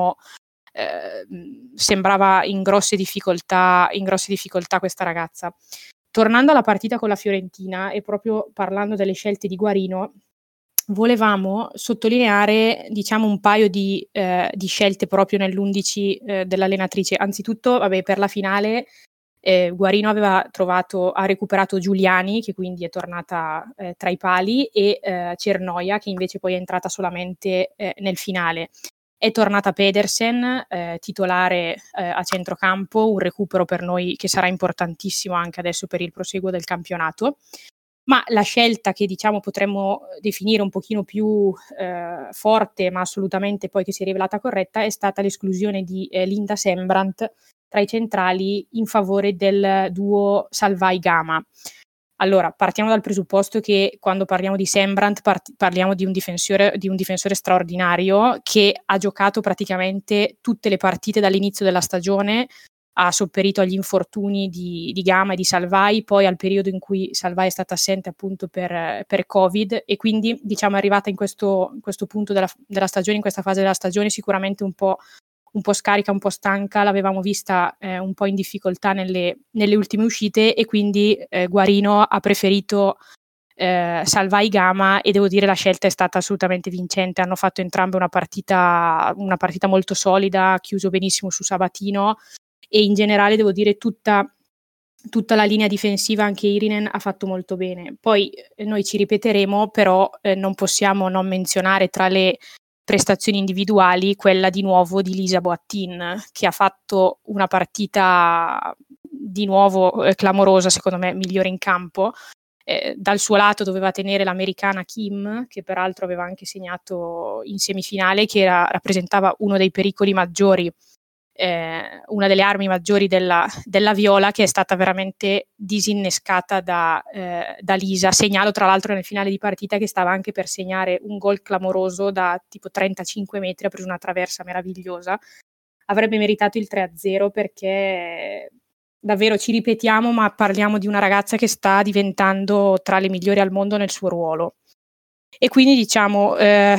C: in grosse difficoltà questa ragazza. Tornando alla partita con la Fiorentina e proprio parlando delle scelte di Guarino, volevamo sottolineare un paio di scelte proprio nell'11 dell'allenatrice. Anzitutto, per la finale Guarino ha recuperato Giuliani, che quindi è tornata tra i pali, e Cernoia, che invece poi è entrata solamente nel finale. È tornata Pedersen, titolare a centrocampo, un recupero per noi che sarà importantissimo anche adesso per il proseguo del campionato. Ma la scelta che potremmo definire un pochino più forte, ma assolutamente poi che si è rivelata corretta, è stata l'esclusione di Linda Sembrant tra i centrali in favore del duo Salvai-Gama. Allora, partiamo dal presupposto che quando parliamo di Sembrant parliamo di un difensore straordinario che ha giocato praticamente tutte le partite dall'inizio della stagione, ha sopperito agli infortuni di Gama e di Salvai, poi al periodo in cui Salvai è stata assente appunto per Covid, e quindi è arrivata in questo punto della stagione, in questa fase della stagione sicuramente un po' scarica, un po' stanca. L'avevamo vista un po' in difficoltà nelle ultime uscite, e quindi Guarino ha preferito Salvai Gama, e devo dire la scelta è stata assolutamente vincente. Hanno fatto entrambe una partita molto solida, chiuso benissimo su Sabatino, e in generale devo dire tutta la linea difensiva, anche Irinen, ha fatto molto bene. Poi noi ci ripeteremo, però non possiamo non menzionare tra le prestazioni individuali quella di nuovo di Lisa Boattin, che ha fatto una partita di nuovo clamorosa, secondo me migliore in campo. Dal suo lato doveva tenere l'americana Kim, che peraltro aveva anche segnato in semifinale, che rappresentava uno dei pericoli maggiori, una delle armi maggiori della Viola, che è stata veramente disinnescata da Lisa. Segnalo tra l'altro nel finale di partita che stava anche per segnare un gol clamoroso da tipo 35 metri, ha preso una traversa meravigliosa, avrebbe meritato il 3-0, perché davvero ci ripetiamo, ma parliamo di una ragazza che sta diventando tra le migliori al mondo nel suo ruolo. E quindi diciamo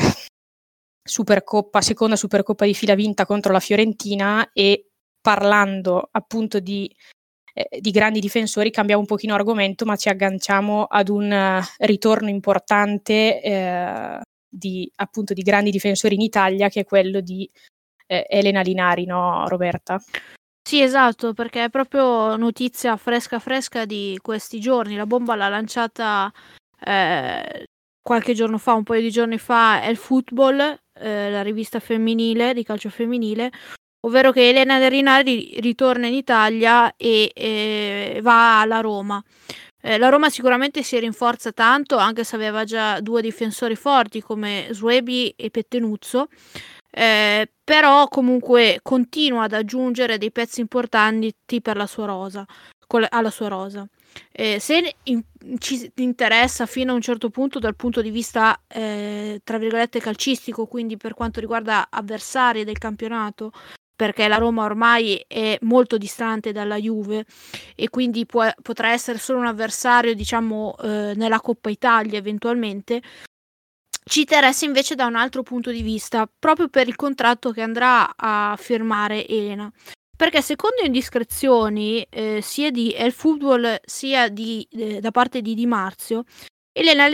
C: seconda Supercoppa di fila vinta contro la Fiorentina, e parlando appunto di grandi difensori cambiamo un pochino argomento, ma ci agganciamo ad un ritorno importante di grandi difensori in Italia, che è quello di Elena Linari, no Roberta?
E: Sì, esatto, perché è proprio notizia fresca di questi giorni. La bomba l'ha lanciata qualche giorno fa, un paio di giorni fa, El Football, la rivista femminile di calcio femminile, ovvero che Elena Linari ritorna in Italia e va alla Roma. La Roma sicuramente si rinforza tanto, anche se aveva già due difensori forti come Swebi e Pettenuzzo. Però comunque continua ad aggiungere dei pezzi importanti per la sua rosa, alla sua rosa. Se ci interessa fino a un certo punto dal punto di vista tra virgolette calcistico, quindi per quanto riguarda avversari del campionato, perché la Roma ormai è molto distante dalla Juve e quindi potrà essere solo un avversario, diciamo, nella Coppa Italia eventualmente. Ci interessa invece da un altro punto di vista, proprio per il contratto che andrà a firmare Elena, perché secondo indiscrezioni sia di El Football sia da parte di Di Marzio, Elena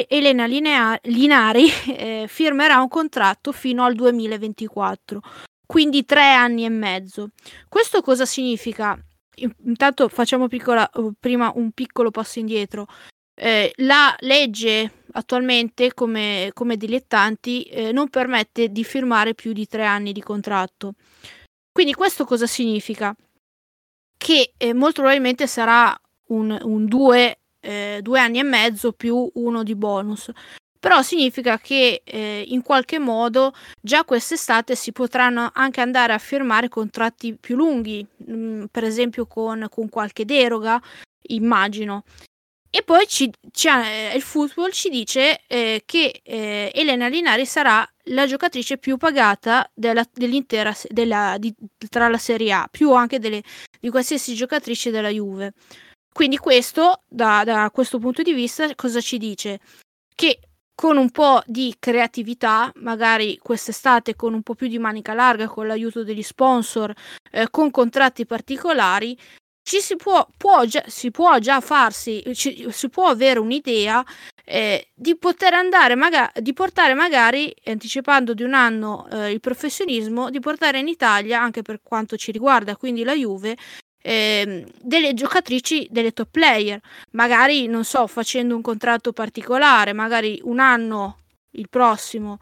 E: Linari firmerà un contratto fino al 2024, quindi 3 anni e mezzo. Questo cosa significa? Intanto facciamo prima un piccolo passo indietro. La legge attualmente, come dilettanti, non permette di firmare più di 3 anni di contratto. Quindi questo cosa significa? Che molto probabilmente sarà un 2 anni e mezzo più 1 di bonus. Però significa che in qualche modo già quest'estate si potranno anche andare a firmare contratti più lunghi, per esempio con qualche deroga, immagino. E poi il Football ci dice che Elena Linari sarà la giocatrice più pagata dell'intera tra la Serie A, più anche di qualsiasi giocatrice della Juve. Quindi questo, da questo punto di vista, cosa ci dice? Che con un po' di creatività, magari quest'estate con un po' più di manica larga, con l'aiuto degli sponsor, con contratti particolari, si può già farsi, si può avere un'idea di poter andare di portare magari, anticipando di un anno il professionismo, di portare in Italia, anche per quanto ci riguarda, quindi la Juve, delle giocatrici, delle top player, magari, non so, facendo un contratto particolare, magari un anno il prossimo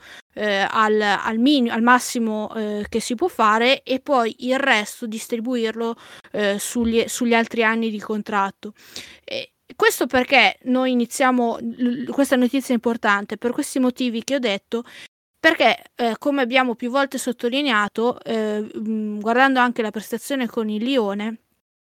E: al massimo che si può fare, e poi il resto distribuirlo sugli altri anni di contratto. Questo perché noi iniziamo questa notizia è importante per questi motivi che ho detto, perché come abbiamo più volte sottolineato, guardando anche la prestazione con il Lione,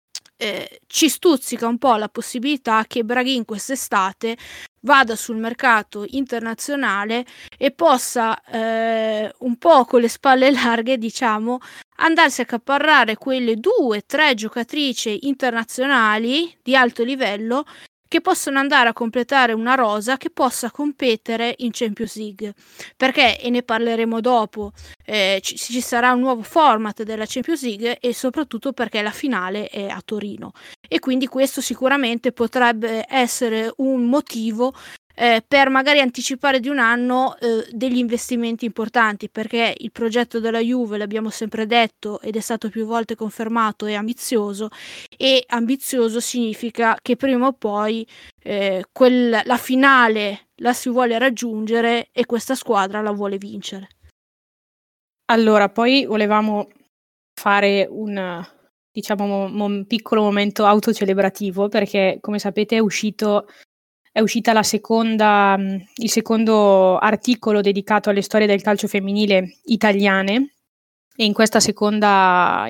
E: ci stuzzica un po' la possibilità che Braghin quest'estate vada sul mercato internazionale e possa un po' con le spalle larghe, diciamo, andarsi a accaparrare quelle 2-3 giocatrici internazionali di alto livello che possono andare a completare una rosa che possa competere in Champions League, perché, e ne parleremo dopo, ci sarà un nuovo format della Champions League, e soprattutto perché la finale è a Torino, e quindi questo sicuramente potrebbe essere un motivo per magari anticipare di un anno degli investimenti importanti, perché il progetto della Juve, l'abbiamo sempre detto ed è stato più volte confermato, è ambizioso, e ambizioso significa che prima o poi la finale la si vuole raggiungere e questa squadra la vuole vincere.
C: Allora, poi volevamo fare un piccolo momento autocelebrativo, perché come sapete è uscita il secondo articolo dedicato alle storie del calcio femminile italiane, e in questa seconda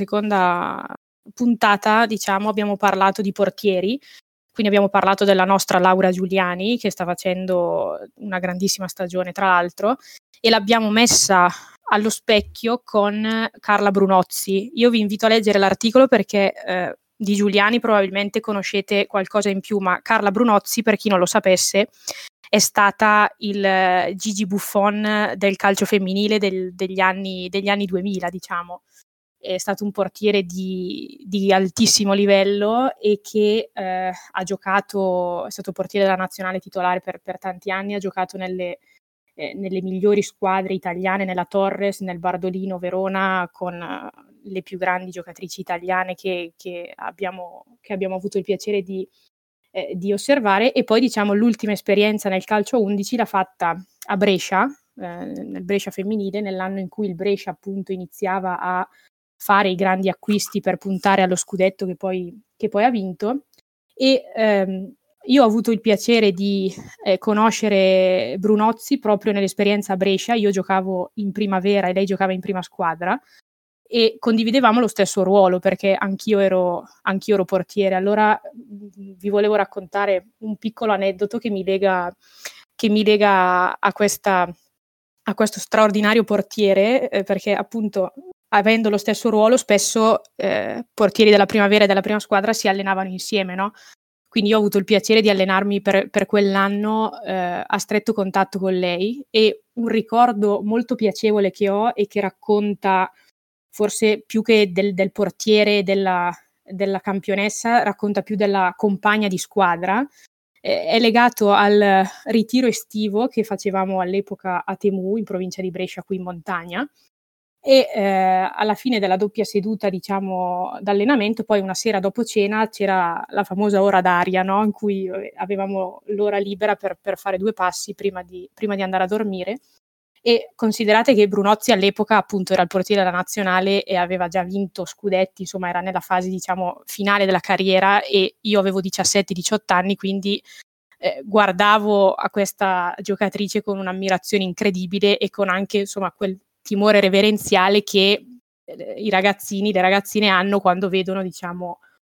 C: puntata, diciamo, abbiamo parlato di portieri. Quindi abbiamo parlato della nostra Laura Giuliani, che sta facendo una grandissima stagione tra l'altro, e l'abbiamo messa allo specchio con Carla Brunozzi. Io vi invito a leggere l'articolo perché di Giuliani probabilmente conoscete qualcosa in più, ma Carla Brunozzi, per chi non lo sapesse, è stata il Gigi Buffon del calcio femminile degli anni 2000, diciamo. È stato un portiere di altissimo livello e che ha giocato, è stato portiere della nazionale titolare per tanti anni, ha giocato nelle migliori squadre italiane, nella Torres, nel Bardolino Verona, con le più grandi giocatrici italiane che abbiamo avuto il piacere di osservare. E poi, diciamo, l'ultima esperienza nel calcio 11 l'ha fatta a Brescia, nel Brescia femminile, nell'anno in cui il Brescia appunto iniziava a fare i grandi acquisti per puntare allo scudetto che poi ha vinto. E io ho avuto il piacere di conoscere Brunozzi proprio nell'esperienza a Brescia. Io giocavo in primavera e lei giocava in prima squadra, e condividevamo lo stesso ruolo perché anch'io ero portiere. Allora vi volevo raccontare un piccolo aneddoto che mi lega a questo straordinario portiere, perché appunto, avendo lo stesso ruolo, spesso portieri della primavera e della prima squadra si allenavano insieme, no? Quindi io ho avuto il piacere di allenarmi per quell'anno a stretto contatto con lei, e un ricordo molto piacevole che ho e che racconta, forse più che del portiere e della campionessa, racconta più della compagna di squadra, è legato al ritiro estivo che facevamo all'epoca a Temu, in provincia di Brescia, qui in montagna. E alla fine della doppia seduta, diciamo, d'allenamento, poi una sera dopo cena c'era la famosa ora d'aria, no? In cui avevamo l'ora libera per fare 2 passi prima di andare a dormire. E considerate che Brunozzi all'epoca appunto era il portiere della nazionale e aveva già vinto scudetti, insomma era nella fase, diciamo, finale della carriera, e io avevo 17-18 anni, quindi guardavo a questa giocatrice con un'ammirazione incredibile e con anche, insomma, quel timore reverenziale che i ragazzini, le ragazzine hanno quando vedono, diciamo,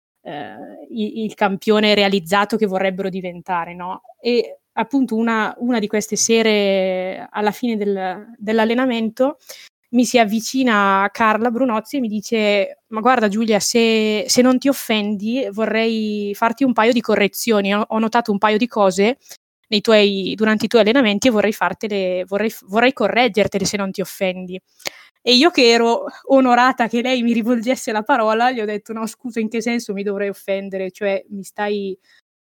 C: il campione realizzato che vorrebbero diventare, no? E appunto una di queste sere, alla fine dell'allenamento, mi si avvicina Carla Brunozzi e mi dice: ma guarda Giulia, se non ti offendi vorrei farti un paio di correzioni, ho notato un paio di cose durante i tuoi allenamenti e vorrei correggertele, se non ti offendi. E io, che ero onorata che lei mi rivolgesse la parola, gli ho detto: no, scusa, in che senso mi dovrei offendere? Cioè mi stai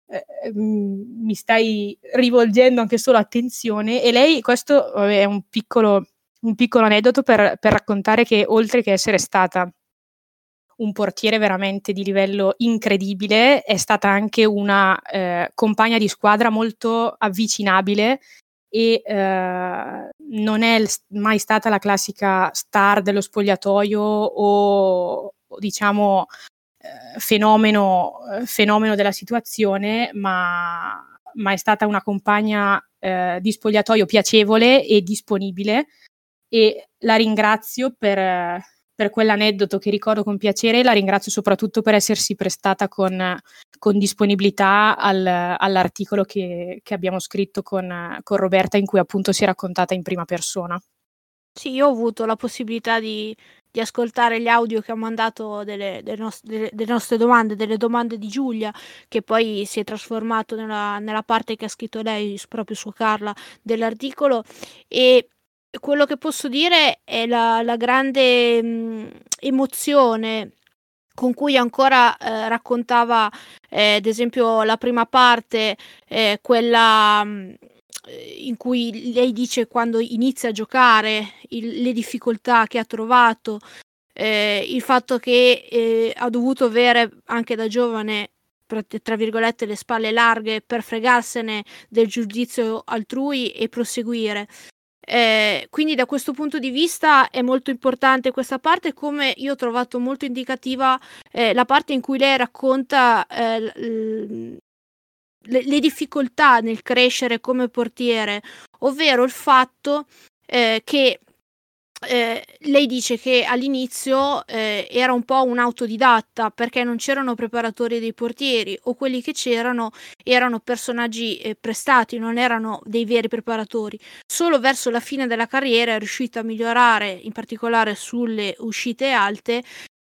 C: rivolgendo anche solo attenzione. E lei, questo è un piccolo aneddoto per raccontare che, oltre che essere stata un portiere veramente di livello incredibile, è stata anche una compagna di squadra molto avvicinabile, e non è mai stata la classica star dello spogliatoio o diciamo fenomeno della situazione, ma è stata una compagna di spogliatoio piacevole e disponibile, e la ringrazio per quell'aneddoto che ricordo con piacere, e la ringrazio soprattutto per essersi prestata con disponibilità all'articolo che abbiamo scritto con Roberta, in cui appunto si è raccontata in prima persona.
E: Sì, io ho avuto la possibilità di ascoltare gli audio che ha mandato delle nostre domande, delle domande di Giulia, che poi si è trasformato nella parte che ha scritto lei proprio su Carla dell'articolo, e quello che posso dire è la grande emozione con cui ancora raccontava, ad esempio la prima parte, quella in cui lei dice quando inizia a giocare, le difficoltà che ha trovato, il fatto che ha dovuto avere anche da giovane, tra virgolette, le spalle larghe per fregarsene del giudizio altrui e proseguire. Quindi da questo punto di vista è molto importante questa parte, come io ho trovato molto indicativa la parte in cui lei racconta le difficoltà nel crescere come portiere, ovvero il fatto che lei dice che all'inizio era un po' un autodidatta, perché non c'erano preparatori dei portieri, o quelli che c'erano erano personaggi prestati, non erano dei veri preparatori. Solo verso la fine della carriera è riuscita a migliorare, in particolare sulle uscite alte,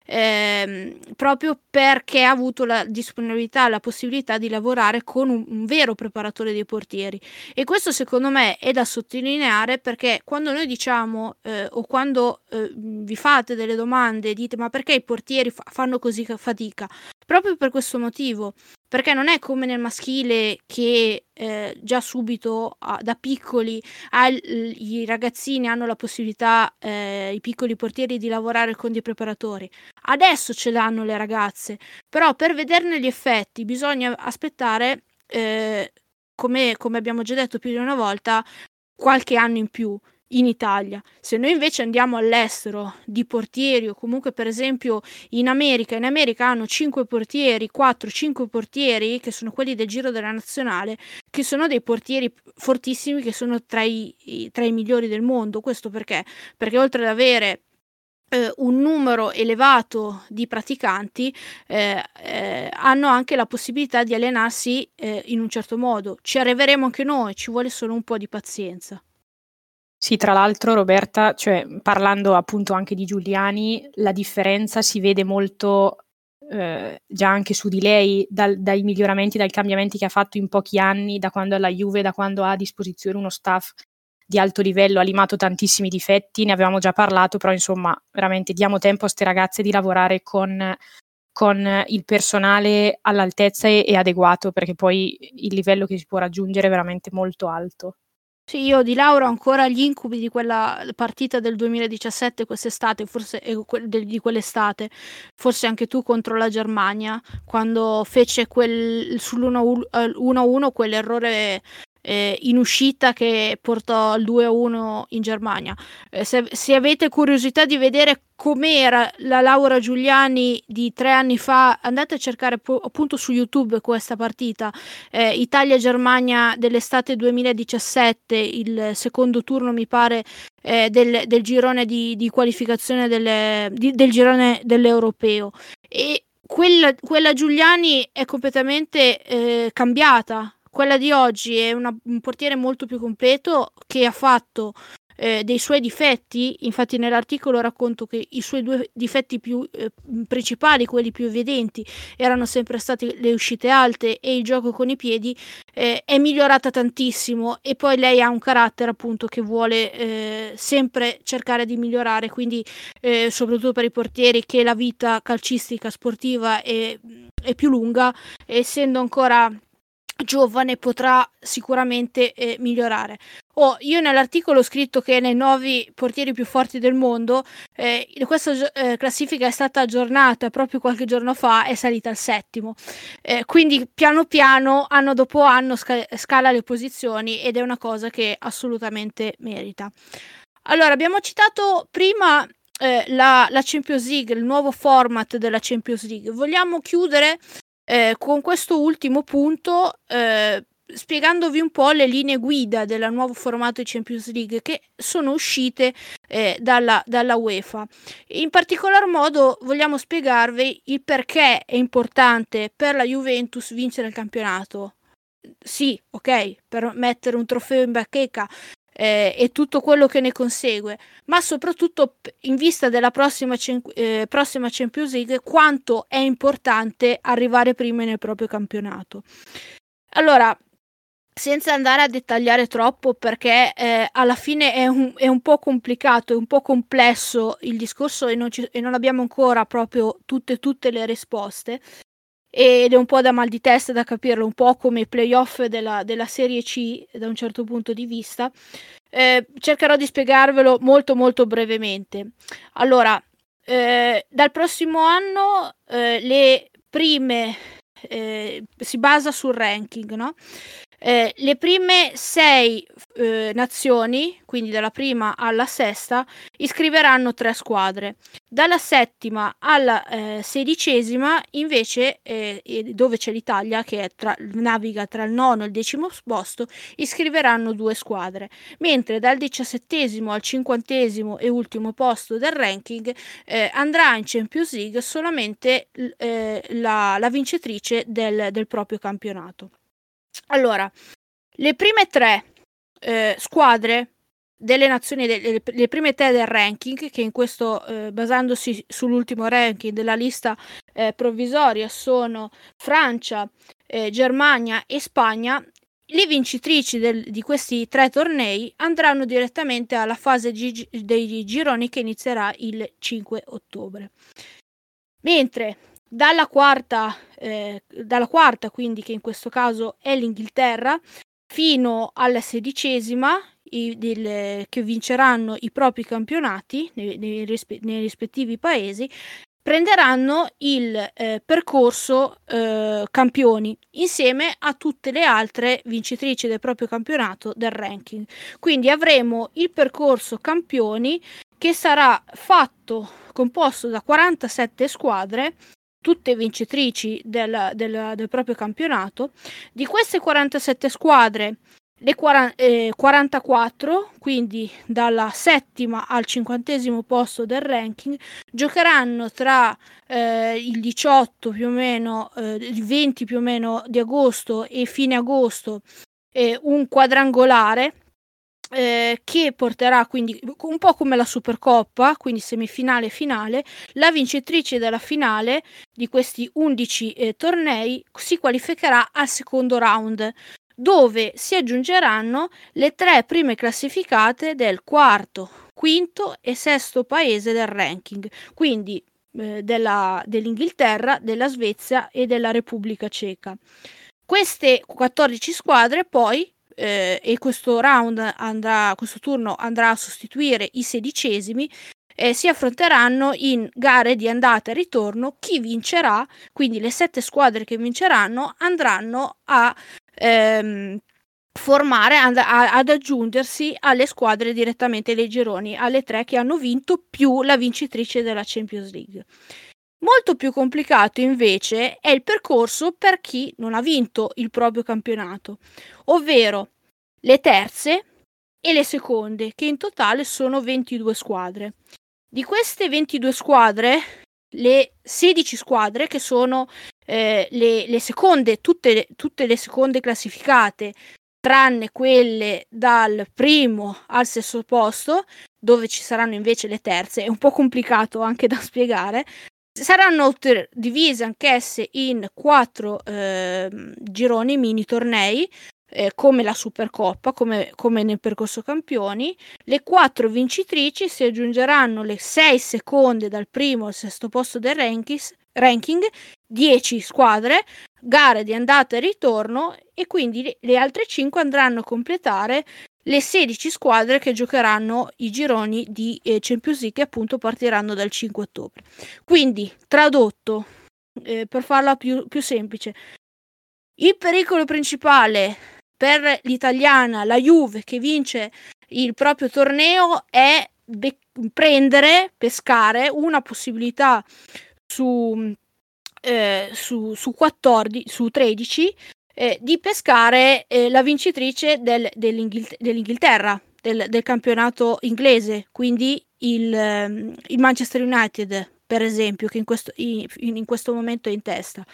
E: proprio perché ha avuto la disponibilità, la possibilità di lavorare con un vero preparatore dei portieri. E questo secondo me è da sottolineare, perché quando noi diciamo o quando vi fate delle domande e dite ma perché i portieri fanno così fatica, proprio per questo motivo, perché non è come nel maschile che già subito da piccoli i ragazzini hanno la possibilità, i piccoli portieri, di lavorare con dei preparatori. Adesso ce l'hanno le ragazze, però per vederne gli effetti bisogna aspettare, come abbiamo già detto più di una volta, qualche anno in più in Italia. Se noi invece andiamo all'estero di portieri, o comunque per esempio in America hanno 5 portieri, 4-5 portieri, che sono quelli del Giro della Nazionale, che sono dei portieri fortissimi, che sono tra i migliori del mondo. Questo perché oltre ad avere un numero elevato di praticanti, hanno anche la possibilità di allenarsi in un certo modo. Ci arriveremo anche noi, ci vuole solo un po' di pazienza.
C: Sì, tra l'altro Roberta, cioè parlando appunto anche di Giuliani, la differenza si vede molto già anche su di lei, dai miglioramenti, dai cambiamenti che ha fatto in pochi anni, da quando è alla Juve, da quando ha a disposizione uno staff di alto livello, ha limato tantissimi difetti, ne avevamo già parlato, però insomma veramente diamo tempo a ste ragazze di lavorare con il personale all'altezza e adeguato, perché poi il livello che si può raggiungere è veramente molto alto.
E: Sì, io di Laura ho ancora gli incubi di quella partita del 2017, quest'estate, forse di quell'estate, forse anche tu, contro la Germania, quando fece sull'1-1 quell'errore in uscita che portò al 2-1 in Germania. Se avete curiosità di vedere com'era la Laura Giuliani di 3 anni fa, andate a cercare appunto su YouTube questa partita, Italia-Germania dell'estate 2017, il secondo turno mi pare del girone di qualificazione del girone dell'Europeo, e quella Giuliani è completamente cambiata. Quella di oggi è un portiere molto più completo, che ha fatto dei suoi difetti. Infatti nell'articolo racconto che i suoi 2 difetti più principali, quelli più evidenti, erano sempre stati le uscite alte e il gioco con i piedi. È migliorata tantissimo, e poi lei ha un carattere appunto che vuole sempre cercare di migliorare, quindi soprattutto per i portieri, che la vita calcistica sportiva è più lunga, essendo ancora giovane potrà sicuramente migliorare. Io nell'articolo ho scritto che nei 9 portieri più forti del mondo questa classifica è stata aggiornata proprio qualche giorno fa, è salita al 7º, quindi piano piano, anno dopo anno, scala le posizioni, ed è una cosa che assolutamente merita. Allora, abbiamo citato prima la Champions League, il nuovo format della Champions League. Vogliamo chiudere con questo ultimo punto, spiegandovi un po' le linee guida del nuovo formato di Champions League, che sono uscite dalla UEFA. In particolar modo vogliamo spiegarvi il perché è importante per la Juventus vincere il campionato. Sì, ok, per mettere un trofeo in bacheca e tutto quello che ne consegue, ma soprattutto in vista della prossima Champions League, quanto è importante arrivare prima nel proprio campionato. Allora, senza andare a dettagliare troppo, perché alla fine è un po' complicato, è un po' complesso il discorso e non abbiamo ancora proprio tutte le risposte, ed è un po' da mal di testa da capirlo, un po' come i playoff della Serie C da un certo punto di vista. Cercherò di spiegarvelo molto molto brevemente. Allora, dal prossimo anno le prime si basa sul ranking, no? Le prime 6 nazioni, quindi dalla prima alla sesta, iscriveranno 3 squadre. Dalla settima alla 16ª, invece, dove c'è l'Italia, che naviga tra il 9° e il 10° posto, iscriveranno 2 squadre. Mentre dal 17° al 50° e ultimo posto del ranking andrà in Champions League solamente la vincitrice del proprio campionato. Allora, le prime 3 squadre delle nazioni, le prime 3 del ranking, che in questo, basandosi sull'ultimo ranking della lista provvisoria, sono Francia, Germania e Spagna. Le vincitrici di questi 3 tornei andranno direttamente alla fase dei gironi, che inizierà il 5 ottobre. Mentre dalla quarta, quindi, che in questo caso è l'Inghilterra, fino alla 16ª, che vinceranno i propri campionati nei rispettivi paesi, prenderanno il percorso campioni insieme a tutte le altre vincitrici del proprio campionato del ranking. Quindi avremo il percorso campioni, che sarà composto da 47 squadre, tutte vincitrici del proprio campionato. Di queste 47 squadre, le 44, quindi dalla settima al 50° posto del ranking, giocheranno tra il 18 più o meno, il 20 più o meno di agosto e fine agosto, un quadrangolare che porterà, quindi un po' come la Supercoppa, quindi semifinale e finale. La vincitrice della finale di questi 11 tornei si qualificherà al secondo round, dove si aggiungeranno le 3 prime classificate del 4º, 5º e 6º paese del ranking, quindi dell'Inghilterra, della Svezia e della Repubblica Ceca. Queste 14 squadre poi, e questo turno andrà a sostituire i 16esimi, si affronteranno in gare di andata e ritorno. Chi vincerà, quindi le 7 squadre che vinceranno, andranno a formare, ad aggiungersi alle squadre direttamente dei gironi, alle 3 che hanno vinto più la vincitrice della Champions League. Molto più complicato invece è il percorso per chi non ha vinto il proprio campionato, ovvero le terze e le seconde, che in totale sono 22 squadre. Di queste 22 squadre, le 16 squadre, che sono le seconde, tutte le seconde classificate, tranne quelle dal primo al 6° posto, dove ci saranno invece le terze, è un po' complicato anche da spiegare, saranno divise anch'esse in 4 gironi, mini tornei, come la Supercoppa, come nel percorso campioni. Le 4 vincitrici si aggiungeranno le 6 seconde dal primo al 6° posto del ranking, 10 squadre, gare di andata e ritorno, e quindi le altre 5 andranno a completare le 16 squadre che giocheranno i gironi di Champions League, che appunto partiranno dal 5 ottobre. Quindi, tradotto, per farla più semplice, il pericolo principale per l'italiana, la Juve, che vince il proprio torneo, è pescare una possibilità su 13, di pescare la vincitrice dell'Inghilterra, del campionato inglese, quindi il Manchester United, per esempio, che in questo momento è in testa.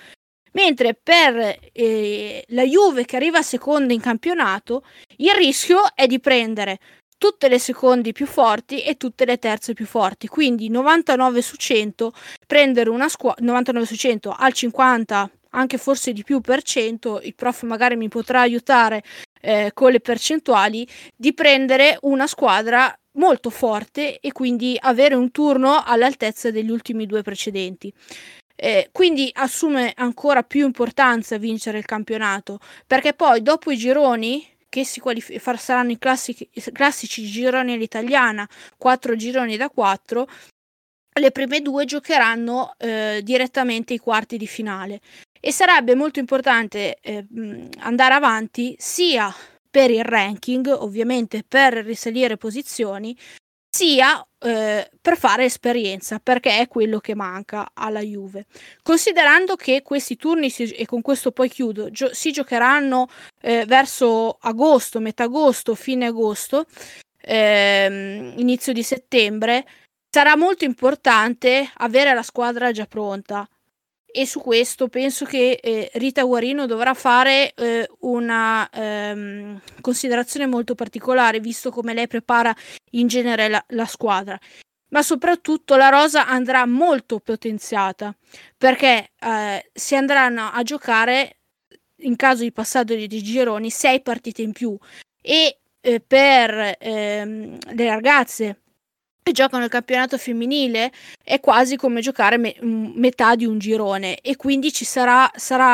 E: Mentre per la Juve che arriva seconda in campionato, il rischio è di prendere tutte le secondi più forti e tutte le terze più forti, quindi 99 su 100, prendere una squadra 99 su 100 al 50, anche forse di più per cento, il prof magari mi potrà aiutare con le percentuali, di prendere una squadra molto forte e quindi avere un turno all'altezza degli ultimi due precedenti. Quindi assume ancora più importanza vincere il campionato, perché poi dopo i gironi che saranno i classici gironi all'italiana, 4 gironi da 4, le prime due giocheranno direttamente i quarti di finale e sarebbe molto importante andare avanti sia per il ranking, ovviamente per risalire posizioni, sia per fare esperienza, perché è quello che manca alla Juve. Considerando che questi turni, e con questo poi chiudo, si giocheranno verso agosto, metà agosto, fine agosto, inizio di settembre, sarà molto importante avere la squadra già pronta. E su questo penso che Rita Guarino dovrà fare una considerazione molto particolare, visto come lei prepara in genere la squadra. Ma soprattutto la rosa andrà molto potenziata, perché si andranno a giocare, in caso di passaggio di gironi, 6 partite in più. E per le ragazze che giocano il campionato femminile è quasi come giocare metà di un girone, e quindi ci sarà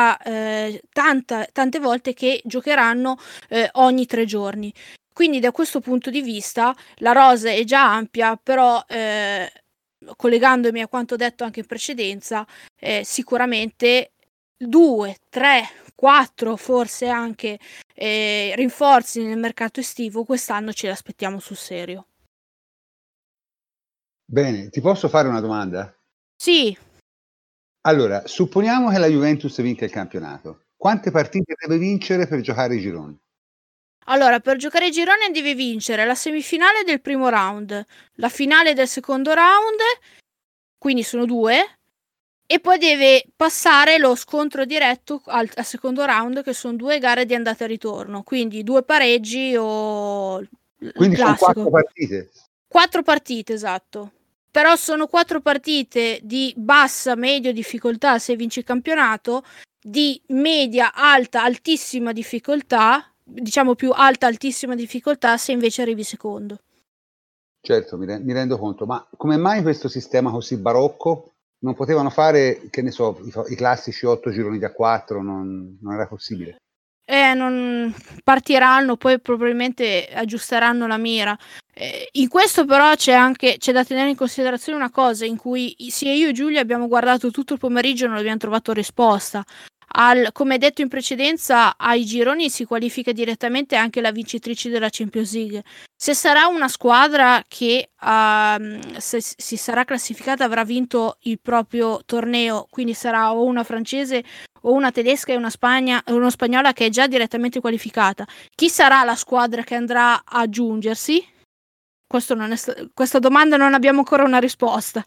E: tante volte che giocheranno ogni 3 giorni. Quindi da questo punto di vista la rosa è già ampia, però collegandomi a quanto detto anche in precedenza, sicuramente 2, 3, 4 forse anche rinforzi nel mercato estivo quest'anno ce li aspettiamo sul serio.
A: Bene, ti posso fare una domanda?
E: Sì.
A: Allora, supponiamo che la Juventus vinca il campionato. Quante partite deve vincere per giocare i gironi?
E: Allora, per giocare i gironi deve vincere la semifinale del primo round, la finale del secondo round, quindi sono 2, e poi deve passare lo scontro diretto al secondo round, che sono 2 gare di andata e ritorno, quindi 2 pareggi o
A: quindi
E: classico.
A: sono 4 partite?
E: 4 partite, esatto. Però sono 4 partite di bassa, medio difficoltà se vinci il campionato, di media, alta, altissima difficoltà, diciamo più alta, altissima difficoltà se invece arrivi secondo.
A: Certo, mi rendo conto, ma come mai questo sistema così barocco? Non potevano fare, che ne so, i classici 8 gironi da 4, non era possibile?
E: Non partiranno, poi probabilmente aggiusteranno la mira. In questo però c'è da tenere in considerazione una cosa in cui sia io e Giulia abbiamo guardato tutto il pomeriggio e non abbiamo trovato risposta. Come detto in precedenza, ai gironi si qualifica direttamente anche la vincitrice della Champions League. Se sarà una squadra che se si sarà classificata avrà vinto il proprio torneo, quindi sarà o una francese o una tedesca e una spagnola che è già direttamente qualificata. Chi sarà la squadra che andrà a aggiungersi? Questa domanda non abbiamo ancora una risposta.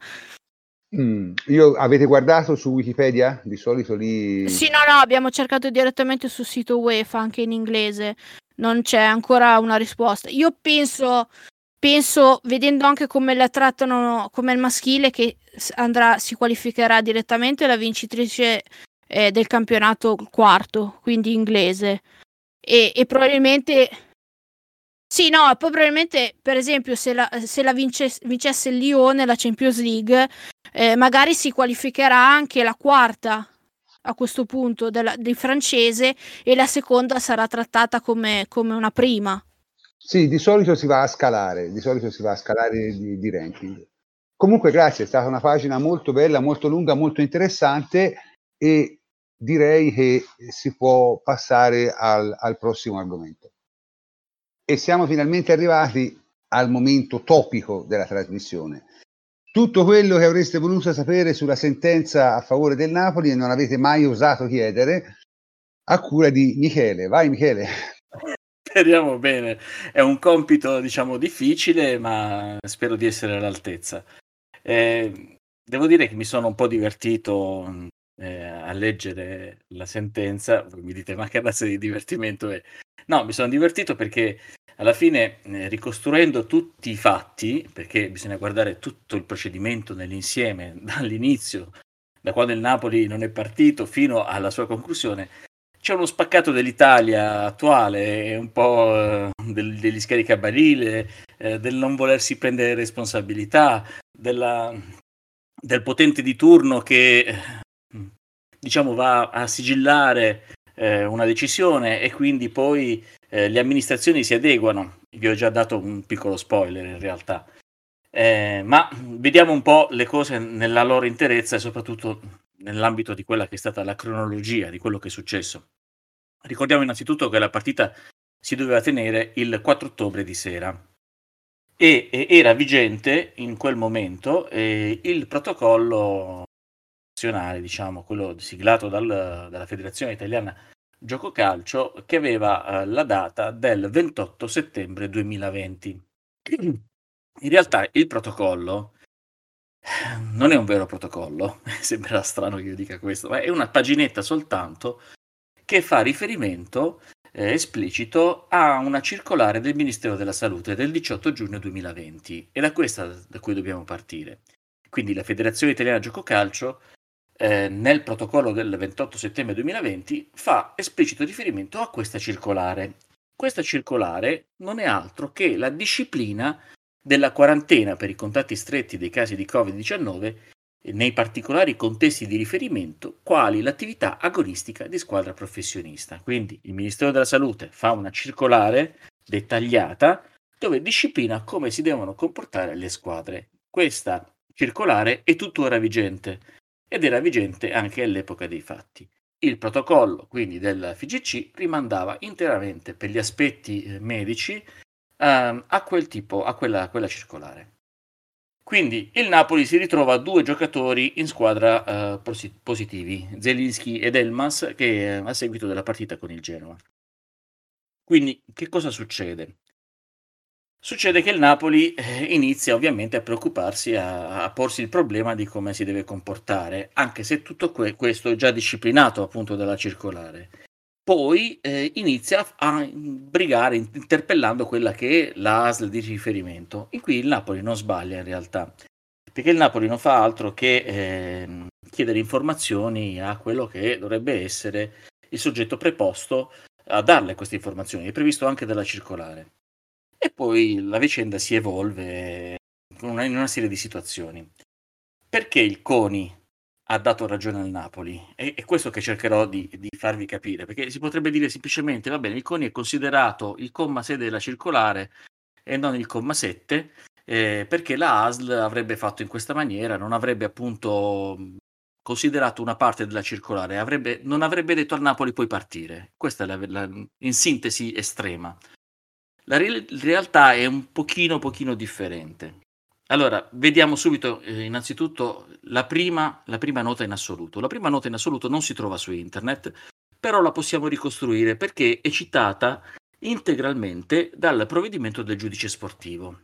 A: Avete guardato su Wikipedia? Di solito lì...
E: Sì, no, abbiamo cercato direttamente sul sito UEFA, anche in inglese. Non c'è ancora una risposta. Io penso, vedendo anche come la trattano come il maschile, che si qualificherà direttamente la vincitrice del campionato quarto, quindi inglese. E probabilmente... Sì, no, poi probabilmente, per esempio, se la vincesse il Lyon nella Champions League, magari si qualificherà anche la quarta a questo punto del francese, e la seconda sarà trattata come una prima.
A: Sì, di solito si va a scalare di ranking. Comunque grazie, è stata una pagina molto bella, molto lunga, molto interessante, e direi che si può passare al prossimo argomento. E siamo finalmente arrivati al momento topico della trasmissione. Tutto quello che avreste voluto sapere sulla sentenza a favore del Napoli e non avete mai osato chiedere, a cura di Michele. Vai Michele.
G: Speriamo bene. È un compito, diciamo, difficile, ma spero di essere all'altezza. Devo dire che mi sono un po' divertito a leggere la sentenza. Voi mi dite, ma che razza di divertimento è? No, mi sono divertito perché alla fine, ricostruendo tutti i fatti, perché bisogna guardare tutto il procedimento nell'insieme, dall'inizio, da quando il Napoli non è partito fino alla sua conclusione, c'è uno spaccato dell'Italia attuale, un po' degli scaricabarile, del non volersi prendere responsabilità, del potente di turno che diciamo va a sigillare una decisione e quindi poi le amministrazioni si adeguano. Vi ho già dato un piccolo spoiler in realtà. Ma vediamo un po' le cose nella loro interezza e soprattutto nell'ambito di quella che è stata la cronologia di quello che è successo. Ricordiamo innanzitutto che la partita si doveva tenere il 4 ottobre di sera e era vigente in quel momento il protocollo nazionale, diciamo, quello siglato dalla Federazione Italiana Gioco Calcio, che aveva la data del 28 settembre 2020. In realtà il protocollo non è un vero protocollo, sembrerà strano che io dica questo, ma è una paginetta soltanto che fa riferimento esplicito a una circolare del Ministero della Salute del 18 giugno 2020. È da questa da cui dobbiamo partire. Quindi la Federazione Italiana Gioco Calcio nel protocollo del 28 settembre 2020 fa esplicito riferimento a questa circolare. Questa circolare non è altro che la disciplina della quarantena per i contatti stretti dei casi di Covid-19 nei particolari contesti di riferimento, quali l'attività agonistica di squadra professionista. Quindi il Ministero della Salute fa una circolare dettagliata dove disciplina come si devono comportare le squadre. Questa circolare è tuttora vigente ed era vigente anche all'epoca dei fatti. Il protocollo, quindi, del FIGC rimandava interamente per gli aspetti medici a quella circolare. Quindi il Napoli si ritrova 2 giocatori in squadra positivi, Zelinski ed Elmas, che a seguito della partita con il Genoa. Quindi che cosa succede? Succede che il Napoli inizia ovviamente a preoccuparsi, a porsi il problema di come si deve comportare, anche se tutto questo è già disciplinato appunto dalla circolare. Poi inizia a brigare interpellando quella che è la ASL di riferimento, in cui il Napoli non sbaglia in realtà, perché il Napoli non fa altro che chiedere informazioni a quello che dovrebbe essere il soggetto preposto a darle queste informazioni, è previsto anche dalla circolare. E poi la vicenda si evolve in una serie di situazioni. Perché il CONI ha dato ragione al Napoli? È questo che cercherò di farvi capire, perché si potrebbe dire semplicemente, va bene, il CONI è considerato il comma 6 della circolare e non il comma 7, perché la ASL avrebbe fatto in questa maniera, non avrebbe appunto considerato una parte della circolare, non avrebbe detto al Napoli puoi partire. Questa è in sintesi estrema. La realtà è un pochino differente. Allora, vediamo subito innanzitutto la prima nota in assoluto. La prima nota in assoluto non si trova su internet, però la possiamo ricostruire perché è citata integralmente dal provvedimento del giudice sportivo.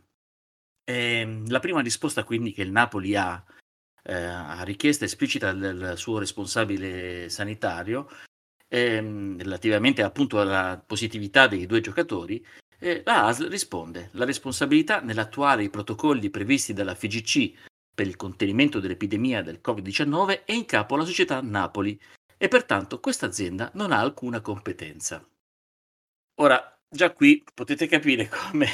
G: La prima risposta quindi che il Napoli ha a richiesta esplicita del suo responsabile sanitario, relativamente appunto alla positività dei 2 giocatori, la ASL risponde: la responsabilità nell'attuare i protocolli previsti dalla FIGC per il contenimento dell'epidemia del Covid-19 è in capo alla società Napoli e pertanto questa azienda non ha alcuna competenza. Ora, già qui potete capire come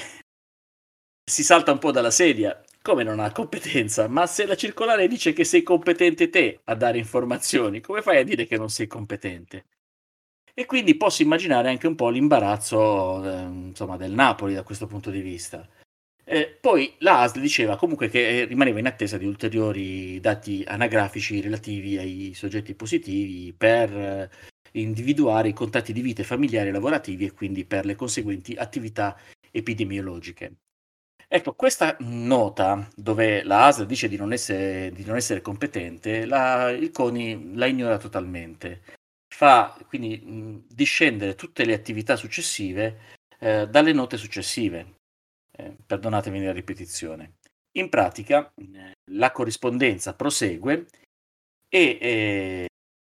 G: si salta un po' dalla sedia. Come non ha competenza? Ma se la circolare dice che sei competente te a dare informazioni, come fai a dire che non sei competente? E quindi posso immaginare anche un po' l'imbarazzo insomma, del Napoli da questo punto di vista. Poi la ASL diceva comunque che rimaneva in attesa di ulteriori dati anagrafici relativi ai soggetti positivi per individuare i contatti di vita familiari e lavorativi e quindi per le conseguenti attività epidemiologiche. Ecco, questa nota dove la ASL dice di non essere competente, il CONI la ignora totalmente. Fa quindi discendere tutte le attività successive dalle note successive. Perdonatemi la ripetizione. In pratica la corrispondenza prosegue e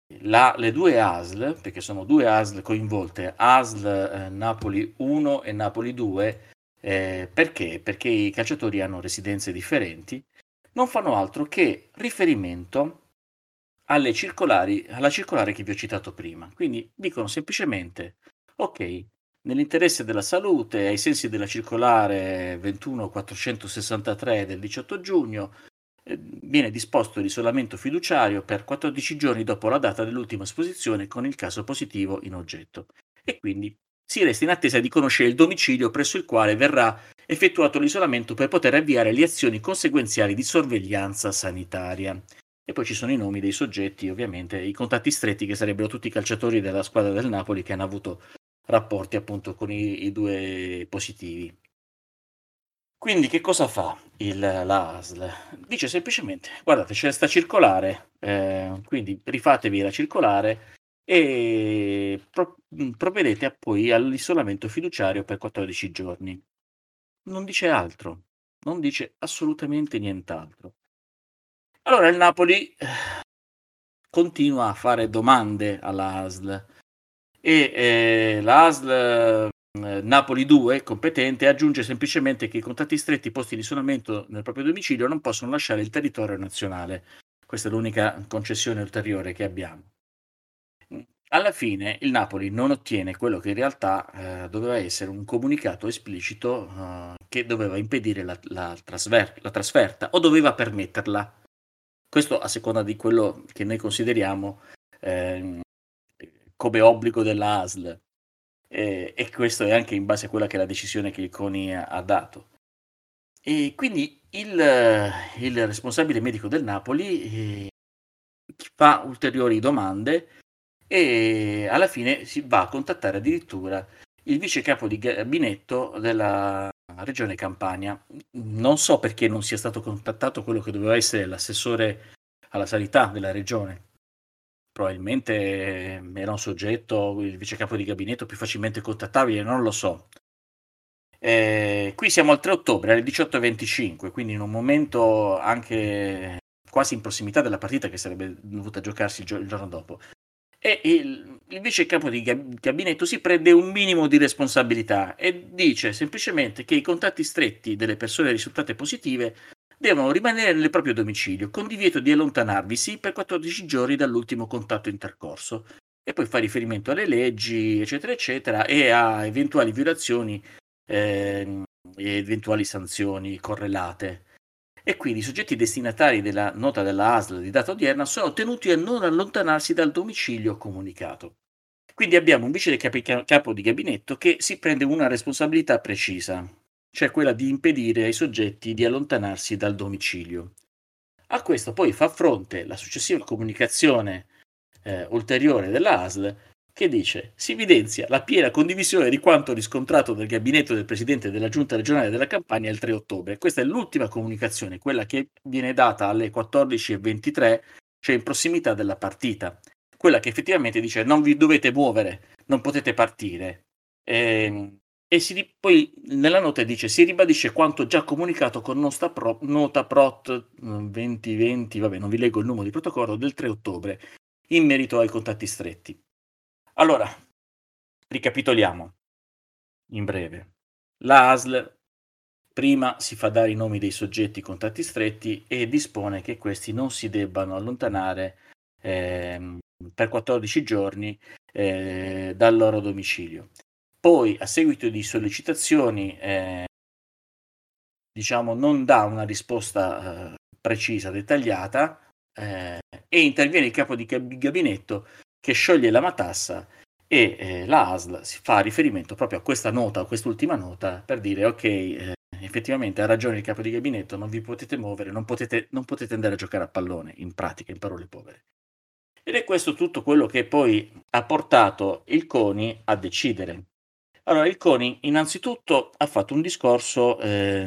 G: le due ASL, perché sono due ASL coinvolte, ASL Napoli 1 e Napoli 2, perché? Perché i calciatori hanno residenze differenti, non fanno altro che riferimento alla circolare che vi ho citato prima. Quindi dicono semplicemente, ok, nell'interesse della salute, ai sensi della circolare 21463 del 18 giugno, viene disposto l'isolamento fiduciario per 14 giorni dopo la data dell'ultima esposizione con il caso positivo in oggetto. E quindi si resta in attesa di conoscere il domicilio presso il quale verrà effettuato l'isolamento per poter avviare le azioni conseguenziali di sorveglianza sanitaria. E poi ci sono i nomi dei soggetti, ovviamente, i contatti stretti, che sarebbero tutti i calciatori della squadra del Napoli che hanno avuto rapporti appunto con i due positivi. Quindi che cosa fa la ASL? Dice semplicemente, guardate, c'è sta circolare, quindi rifatevi la circolare e provvedete poi all'isolamento fiduciario per 14 giorni. Non dice altro, non dice assolutamente nient'altro. Allora il Napoli continua a fare domande alla ASL e la ASL Napoli 2, competente, aggiunge semplicemente che i contatti stretti posti in isolamento nel proprio domicilio non possono lasciare il territorio nazionale. Questa è l'unica concessione ulteriore che abbiamo. Alla fine il Napoli non ottiene quello che in realtà doveva essere un comunicato esplicito che doveva impedire la trasferta o doveva permetterla. Questo a seconda di quello che noi consideriamo come obbligo della ASL. E questo è anche in base a quella che è la decisione che il CONI ha dato. E quindi il responsabile medico del Napoli fa ulteriori domande e alla fine si va a contattare addirittura il vice capo di gabinetto della regione Campania. Non so perché non sia stato contattato quello che doveva essere l'assessore alla sanità della regione. Probabilmente era un soggetto, il vice capo di gabinetto, più facilmente contattabile, non lo so. Qui siamo al 3 ottobre, alle 18:25, quindi in un momento anche quasi in prossimità della partita che sarebbe dovuta giocarsi il giorno dopo. E il vice capo di gabinetto si prende un minimo di responsabilità e dice semplicemente che i contatti stretti delle persone risultate positive devono rimanere nel proprio domicilio, con divieto di allontanarvisi per 14 giorni dall'ultimo contatto intercorso. E poi fa riferimento alle leggi, eccetera, eccetera, e a eventuali violazioni e eventuali sanzioni correlate. E quindi i soggetti destinatari della nota della ASL di data odierna sono tenuti a non allontanarsi dal domicilio comunicato. Quindi abbiamo un vice capo di gabinetto che si prende una responsabilità precisa, cioè quella di impedire ai soggetti di allontanarsi dal domicilio. A questo poi fa fronte la successiva comunicazione ulteriore della ASL che dice: si evidenzia la piena condivisione di quanto riscontrato dal gabinetto del presidente della giunta regionale della Campania il 3 ottobre. Questa è l'ultima comunicazione, quella che viene data alle 14:23, cioè in prossimità della partita, quella che effettivamente dice non vi dovete muovere, non potete partire. Poi nella nota dice si ribadisce quanto già comunicato con nota Prot 2020, vabbè non vi leggo il numero di protocollo, del 3 ottobre in merito ai contatti stretti. Allora, ricapitoliamo in breve. La ASL prima si fa dare i nomi dei soggetti contatti stretti e dispone che questi non si debbano allontanare per 14 giorni dal loro domicilio. Poi, a seguito di sollecitazioni, non dà una risposta precisa, dettagliata, e interviene il capo di gabinetto che scioglie la matassa e la ASL si fa riferimento proprio a questa nota, a quest'ultima nota, per dire ok, effettivamente ha ragione il capo di gabinetto, non vi potete muovere, non potete andare a giocare a pallone, in pratica, in parole povere. Ed è questo tutto quello che poi ha portato il CONI a decidere. Allora, il CONI innanzitutto ha fatto un discorso,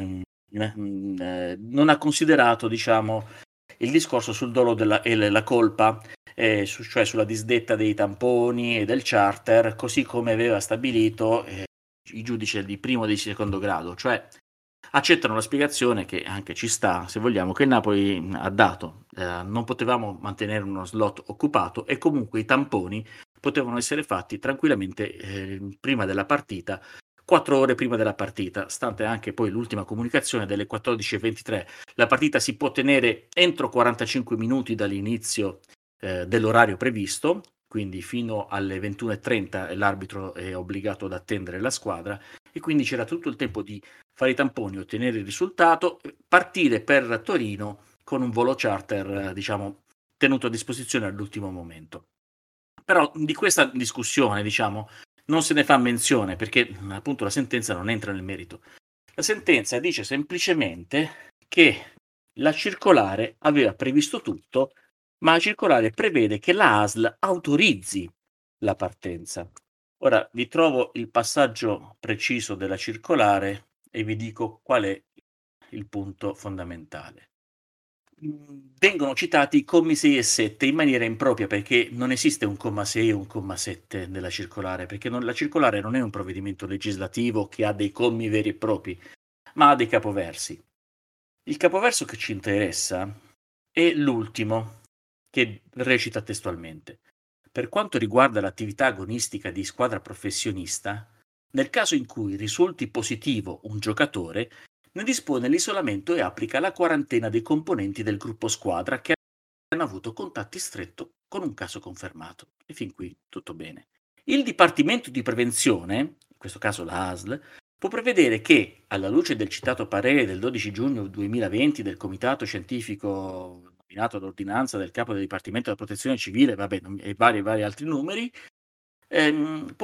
G: non ha considerato, il discorso sul dolo e la colpa, cioè sulla disdetta dei tamponi e del charter, così come aveva stabilito i giudici di primo e di secondo grado, cioè accettano la spiegazione che anche ci sta, se vogliamo, che il Napoli ha dato. Non potevamo mantenere uno slot occupato e comunque i tamponi potevano essere fatti tranquillamente prima della partita, 4 ore prima della partita, stante anche poi l'ultima comunicazione delle 14:23. La partita si può tenere entro 45 minuti dall'inizio dell'orario previsto, quindi fino alle 21:30 l'arbitro è obbligato ad attendere la squadra e quindi c'era tutto il tempo di fare i tamponi, ottenere il risultato, partire per Torino con un volo charter, diciamo, tenuto a disposizione all'ultimo momento. Però di questa discussione, diciamo, non se ne fa menzione perché appunto la sentenza non entra nel merito. La sentenza dice semplicemente che la circolare aveva previsto tutto, ma la circolare prevede che la ASL autorizzi la partenza. Ora vi trovo il passaggio preciso della circolare e vi dico qual è il punto fondamentale. Vengono citati i commi 6 e 7 in maniera impropria perché non esiste un comma 6 e un comma 7 nella circolare, perché la circolare non è un provvedimento legislativo che ha dei commi veri e propri, ma ha dei capoversi. Il capoverso che ci interessa è l'ultimo, che recita testualmente: per quanto riguarda l'attività agonistica di squadra professionista, nel caso in cui risulti positivo un giocatore, ne dispone l'isolamento e applica la quarantena dei componenti del gruppo squadra che hanno avuto contatti stretto con un caso confermato. E fin qui tutto bene. Il Dipartimento di Prevenzione, in questo caso la ASL, può prevedere che, alla luce del citato parere del 12 giugno 2020 del Comitato Scientifico nominato ad ordinanza del Capo del Dipartimento della Protezione Civile, e vari altri numeri, può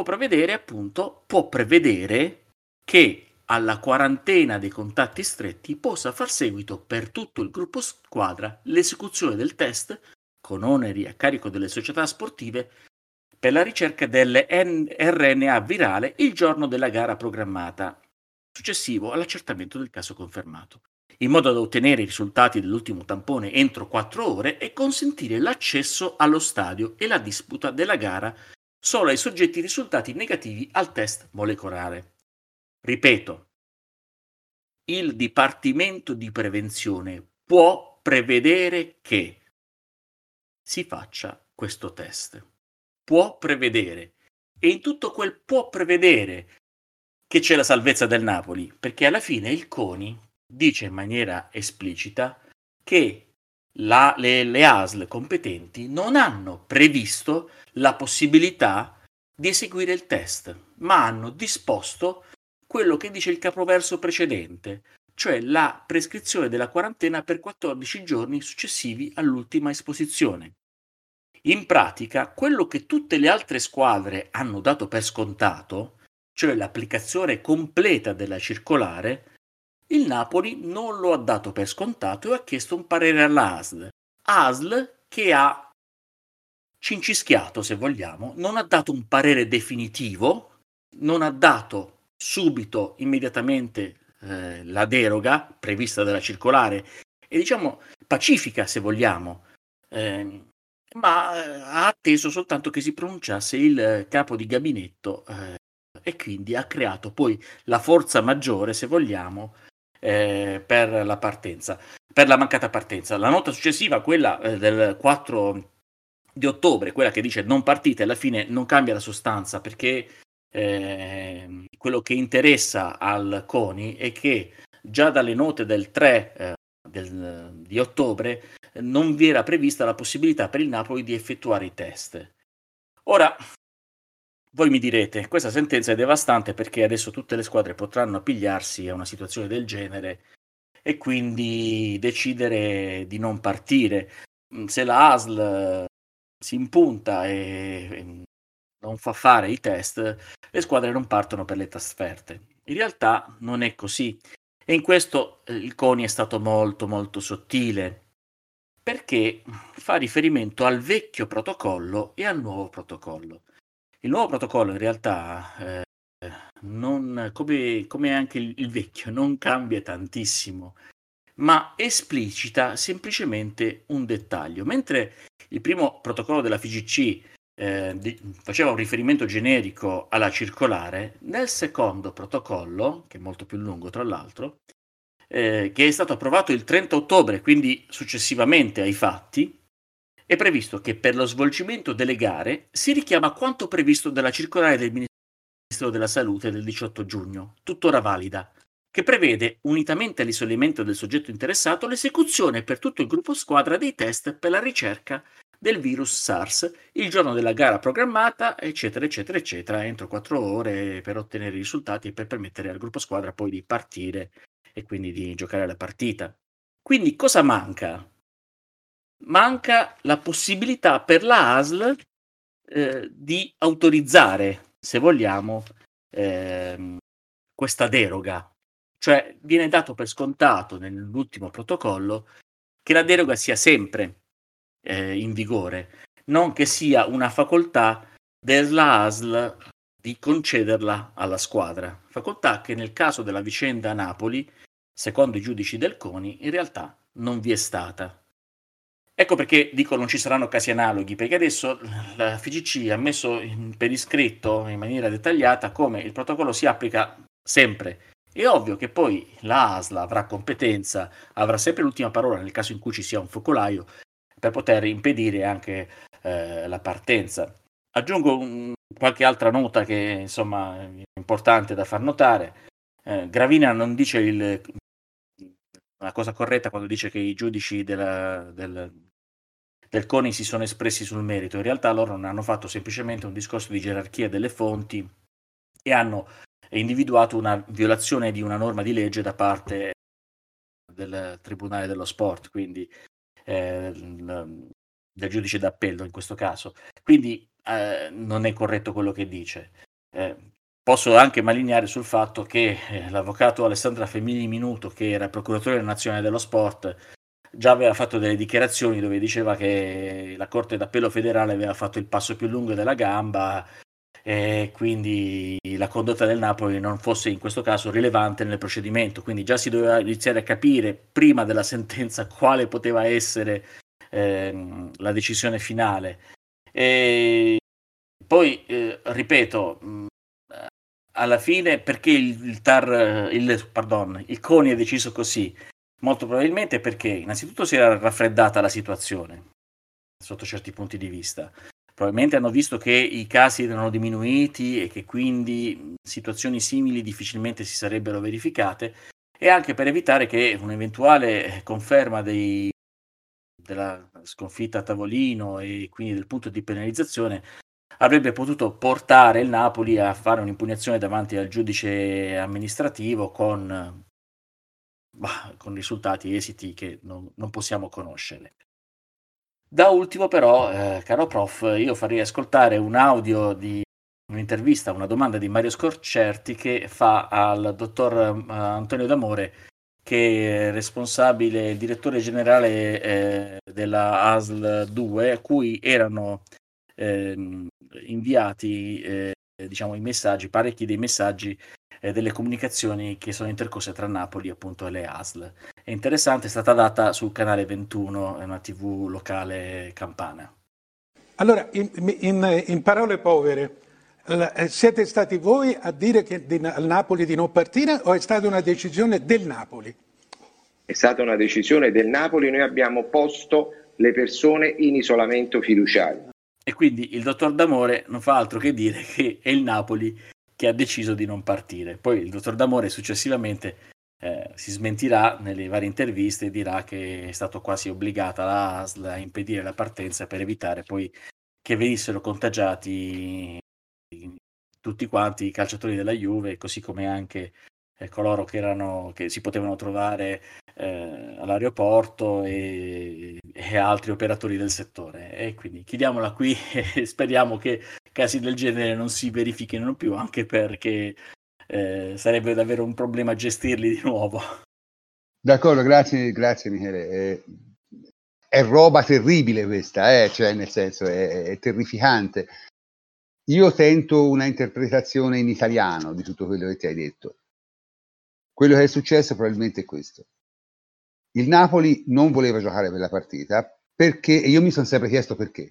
G: prevedere che alla quarantena dei contatti stretti possa far seguito per tutto il gruppo squadra l'esecuzione del test con oneri a carico delle società sportive per la ricerca dell'RNA virale il giorno della gara programmata, successivo all'accertamento del caso confermato, in modo da ottenere i risultati dell'ultimo tampone entro 4 ore e consentire l'accesso allo stadio e la disputa della gara solo ai soggetti risultati negativi al test molecolare. Ripeto, il Dipartimento di Prevenzione può prevedere che si faccia questo test. Può prevedere. E in tutto quel può prevedere che c'è la salvezza del Napoli, perché alla fine il CONI dice in maniera esplicita che le ASL competenti non hanno previsto la possibilità di eseguire il test, ma hanno disposto quello che dice il capoverso precedente, cioè la prescrizione della quarantena per 14 giorni successivi all'ultima esposizione. In pratica, quello che tutte le altre squadre hanno dato per scontato, cioè l'applicazione completa della circolare, il Napoli non lo ha dato per scontato e ha chiesto un parere all'ASL. ASL che ha cincischiato, se vogliamo, non ha dato un parere definitivo, non ha dato subito, immediatamente, la deroga prevista dalla circolare e diciamo pacifica, se vogliamo, ma ha atteso soltanto che si pronunciasse il capo di gabinetto e quindi ha creato poi la forza maggiore, se vogliamo, per la partenza, per la mancata partenza. La nota successiva, quella del 4 di ottobre, quella che dice non partite, alla fine non cambia la sostanza perché quello che interessa al CONI è che già dalle note del 3 di ottobre non vi era prevista la possibilità per il Napoli di effettuare i test. Ora, voi mi direte, questa sentenza è devastante perché adesso tutte le squadre potranno appigliarsi a una situazione del genere e quindi decidere di non partire. Se la ASL si impunta e non fa fare i test, le squadre non partono per le trasferte. In realtà non è così e in questo il CONI è stato molto molto sottile perché fa riferimento al vecchio protocollo e al nuovo protocollo. Il nuovo protocollo in realtà non, come anche il vecchio, non cambia tantissimo, ma esplicita semplicemente un dettaglio. Mentre il primo protocollo della FIGC faceva un riferimento generico alla circolare, nel secondo protocollo, che è molto più lungo tra l'altro, che è stato approvato il 30 ottobre, quindi successivamente ai fatti, è previsto che per lo svolgimento delle gare si richiama quanto previsto dalla circolare del Ministero della Salute del 18 giugno, tuttora valida, che prevede, unitamente all'isolamento del soggetto interessato, l'esecuzione per tutto il gruppo squadra dei test per la ricerca del virus SARS il giorno della gara programmata, eccetera, eccetera, eccetera, entro 4 ore per ottenere i risultati e per permettere al gruppo squadra poi di partire e quindi di giocare la partita. Quindi cosa manca? Manca la possibilità per la ASL di autorizzare, se vogliamo, questa deroga. Cioè viene dato per scontato nell'ultimo protocollo che la deroga sia sempre in vigore, non che sia una facoltà della ASL di concederla alla squadra, facoltà che nel caso della vicenda Napoli, secondo i giudici del CONI, in realtà non vi è stata. Ecco perché dico non ci saranno casi analoghi, perché adesso la FIGC ha messo per iscritto in maniera dettagliata come il protocollo si applica sempre. È ovvio che poi la ASL avrà competenza, avrà sempre l'ultima parola nel caso in cui ci sia un focolaio per poter impedire anche la partenza. Aggiungo qualche altra nota che insomma è importante da far notare. Gravina non dice la cosa corretta quando dice che i giudici del CONI si sono espressi sul merito. In realtà loro non hanno fatto semplicemente un discorso di gerarchia delle fonti e hanno individuato una violazione di una norma di legge da parte del Tribunale dello Sport, quindi del giudice d'appello in questo caso. Quindi non è corretto quello che dice. Posso anche malignare sul fatto che l'avvocato Alessandra Femini Minuto, che era procuratore nazionale dello sport, già aveva fatto delle dichiarazioni dove diceva che la Corte d'Appello federale aveva fatto il passo più lungo della gamba e quindi la condotta del Napoli non fosse in questo caso rilevante nel procedimento. Quindi già si doveva iniziare a capire prima della sentenza quale poteva essere la decisione finale. E poi, ripeto, alla fine perché il CONI ha deciso così? Molto probabilmente perché innanzitutto si era raffreddata la situazione sotto certi punti di vista. Probabilmente hanno visto che i casi erano diminuiti e che quindi situazioni simili difficilmente si sarebbero verificate, e anche per evitare che un'eventuale conferma della sconfitta a tavolino e quindi del punto di penalizzazione avrebbe potuto portare il Napoli a fare un'impugnazione davanti al giudice amministrativo con risultati, esiti che non possiamo conoscere. Da ultimo però, caro prof, io farei ascoltare un audio di un'intervista, una domanda di Mario Scorcerti che fa al dottor Antonio D'Amore, che è responsabile, direttore generale della ASL 2, a cui erano inviati diciamo i messaggi, parecchi dei messaggi delle comunicazioni che sono intercorse tra Napoli appunto e le ASL. È interessante, è stata data sul canale 21, una TV locale campana.
K: Allora, in parole povere, siete stati voi a dire che al Napoli di non partire o è stata una decisione del Napoli?
L: È stata una decisione del Napoli, noi abbiamo posto le persone in isolamento fiduciario.
G: E quindi il dottor D'Amore non fa altro che dire che è il Napoli che ha deciso di non partire. Poi il dottor D'Amore successivamente si smentirà nelle varie interviste e dirà che è stato quasi obbligata la ASL a impedire la partenza per evitare poi che venissero contagiati tutti quanti i calciatori della Juve, così come anche coloro che si potevano trovare all'aeroporto e altri operatori del settore. E quindi chiudiamola qui e speriamo che casi del genere non si verifichino più, anche perché sarebbe davvero un problema gestirli di nuovo.
A: D'accordo, grazie Michele. È roba terribile questa, cioè nel senso è terrificante. Io tento una interpretazione in italiano di tutto quello che ti hai detto. Quello che è successo probabilmente è questo. Il Napoli non voleva giocare per la partita perché, e io mi sono sempre chiesto perché,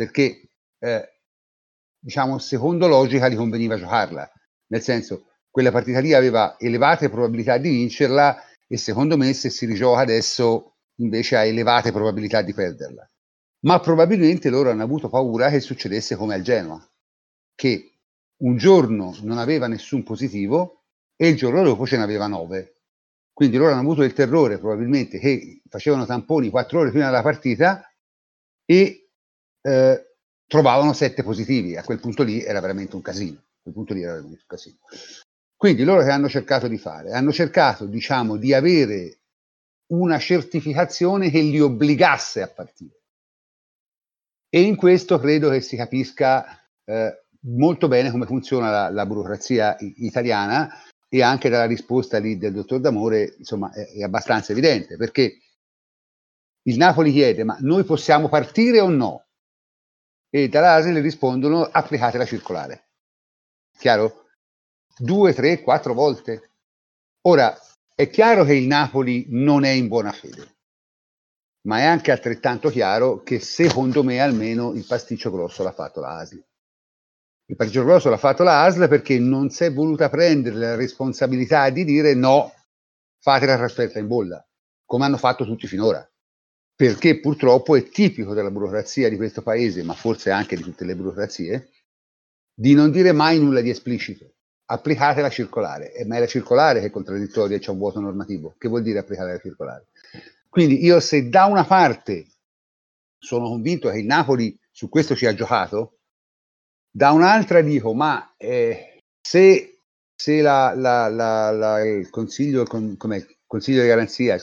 A: diciamo secondo logica gli conveniva giocarla, nel senso quella partita lì aveva elevate probabilità di vincerla e secondo me se si rigioca adesso invece ha elevate probabilità di perderla. Ma probabilmente loro hanno avuto paura che succedesse come al Genoa, che un giorno non aveva nessun positivo e il giorno dopo ce n'aveva 9. Quindi loro hanno avuto il terrore probabilmente che facevano tamponi 4 ore prima della partita e trovavano 7 positivi. A quel punto lì era veramente un casino. Quindi loro che hanno cercato di fare? Hanno cercato, diciamo, di avere una certificazione che li obbligasse a partire. E in questo credo che si capisca molto bene come funziona la burocrazia italiana, e anche dalla risposta lì del dottor D'Amore, insomma, è abbastanza evidente, perché il Napoli chiede: ma noi possiamo partire o no? E dall'ASL rispondono: applicate la circolare. Chiaro? 2, 3, 4 volte. Ora, è chiaro che il Napoli non è in buona fede, ma è anche altrettanto chiaro che secondo me almeno il pasticcio grosso l'ha fatto la ASL. Il pasticcio grosso l'ha fatto la ASL perché non si è voluta prendere la responsabilità di dire no, fate la trasferta in bolla, come hanno fatto tutti finora. Perché purtroppo è tipico della burocrazia di questo paese, ma forse anche di tutte le burocrazie, di non dire mai nulla di esplicito. Applicate la circolare, ma è la circolare che è contraddittoria e c'è un vuoto normativo. Che vuol dire applicare la circolare? Quindi io, se da una parte sono convinto che il Napoli su questo ci ha giocato, da un'altra dico: ma se il consiglio, consiglio di garanzia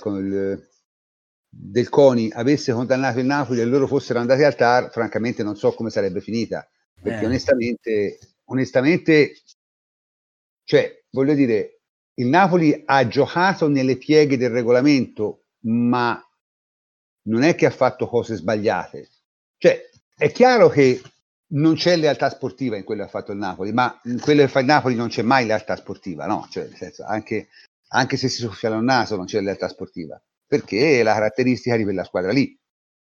A: del CONI avesse condannato il Napoli e loro fossero andati al TAR, francamente non so come sarebbe finita, perché onestamente, cioè, voglio dire, il Napoli ha giocato nelle pieghe del regolamento, ma non è che ha fatto cose sbagliate. Cioè, è chiaro che non c'è lealtà sportiva in quello che ha fatto il Napoli, ma in quello che fa il Napoli non c'è mai lealtà sportiva, no? Cioè, nel senso, anche se si soffiano il naso non c'è lealtà sportiva, perché è la caratteristica di quella squadra lì.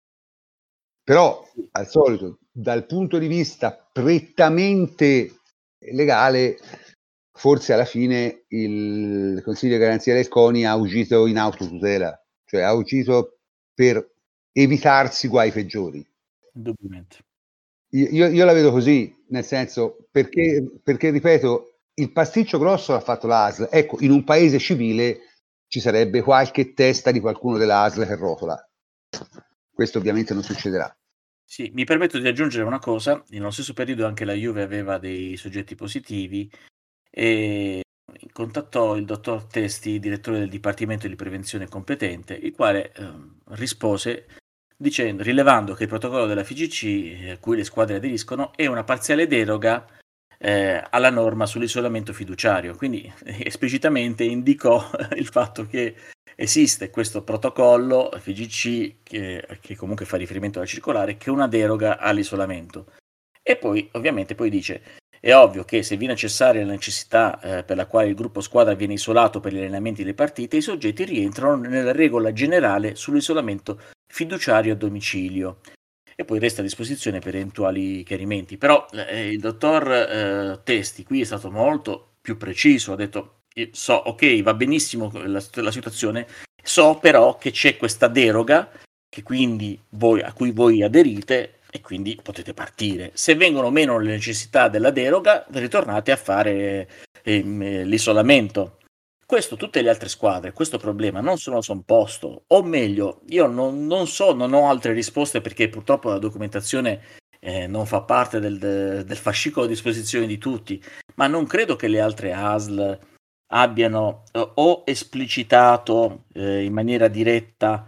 A: Però, al solito, dal punto di vista prettamente legale, forse alla fine il Consiglio di Garanzia del CONI ha agito in autotutela, cioè ha agito per evitarsi guai peggiori.
G: Indubbiamente.
A: Io la vedo così, nel senso, perché ripeto, il pasticcio grosso l'ha fatto l'ASL. Ecco, in un paese civile ci sarebbe qualche testa di qualcuno della ASL che rotola. Questo ovviamente non succederà.
G: Sì, mi permetto di aggiungere una cosa: nello stesso periodo anche la Juve aveva dei soggetti positivi e contattò il dottor Testi, direttore del Dipartimento di Prevenzione competente, il quale rispose rilevando che il protocollo della FIGC, a cui le squadre aderiscono, è una parziale deroga alla norma sull'isolamento fiduciario. Quindi esplicitamente indicò il fatto che esiste questo protocollo FIGC che comunque fa riferimento alla circolare, che è una deroga all'isolamento. E poi ovviamente poi dice: è ovvio che se viene necessaria la necessità per la quale il gruppo squadra viene isolato per gli allenamenti delle partite, i soggetti rientrano nella regola generale sull'isolamento fiduciario a domicilio. E poi resta a disposizione per eventuali chiarimenti. Però il dottor Testi qui è stato molto più preciso, ha detto: so, ok, va benissimo la situazione, so però che c'è questa deroga che quindi a cui voi aderite e quindi potete partire. Se vengono meno le necessità della deroga, ritornate a fare l'isolamento. Questo tutte le altre squadre, questo problema non se lo sono posto, o meglio, io non so, non ho altre risposte, perché purtroppo la documentazione non fa parte del fascicolo a disposizione di tutti, ma non credo che le altre ASL abbiano o esplicitato in maniera diretta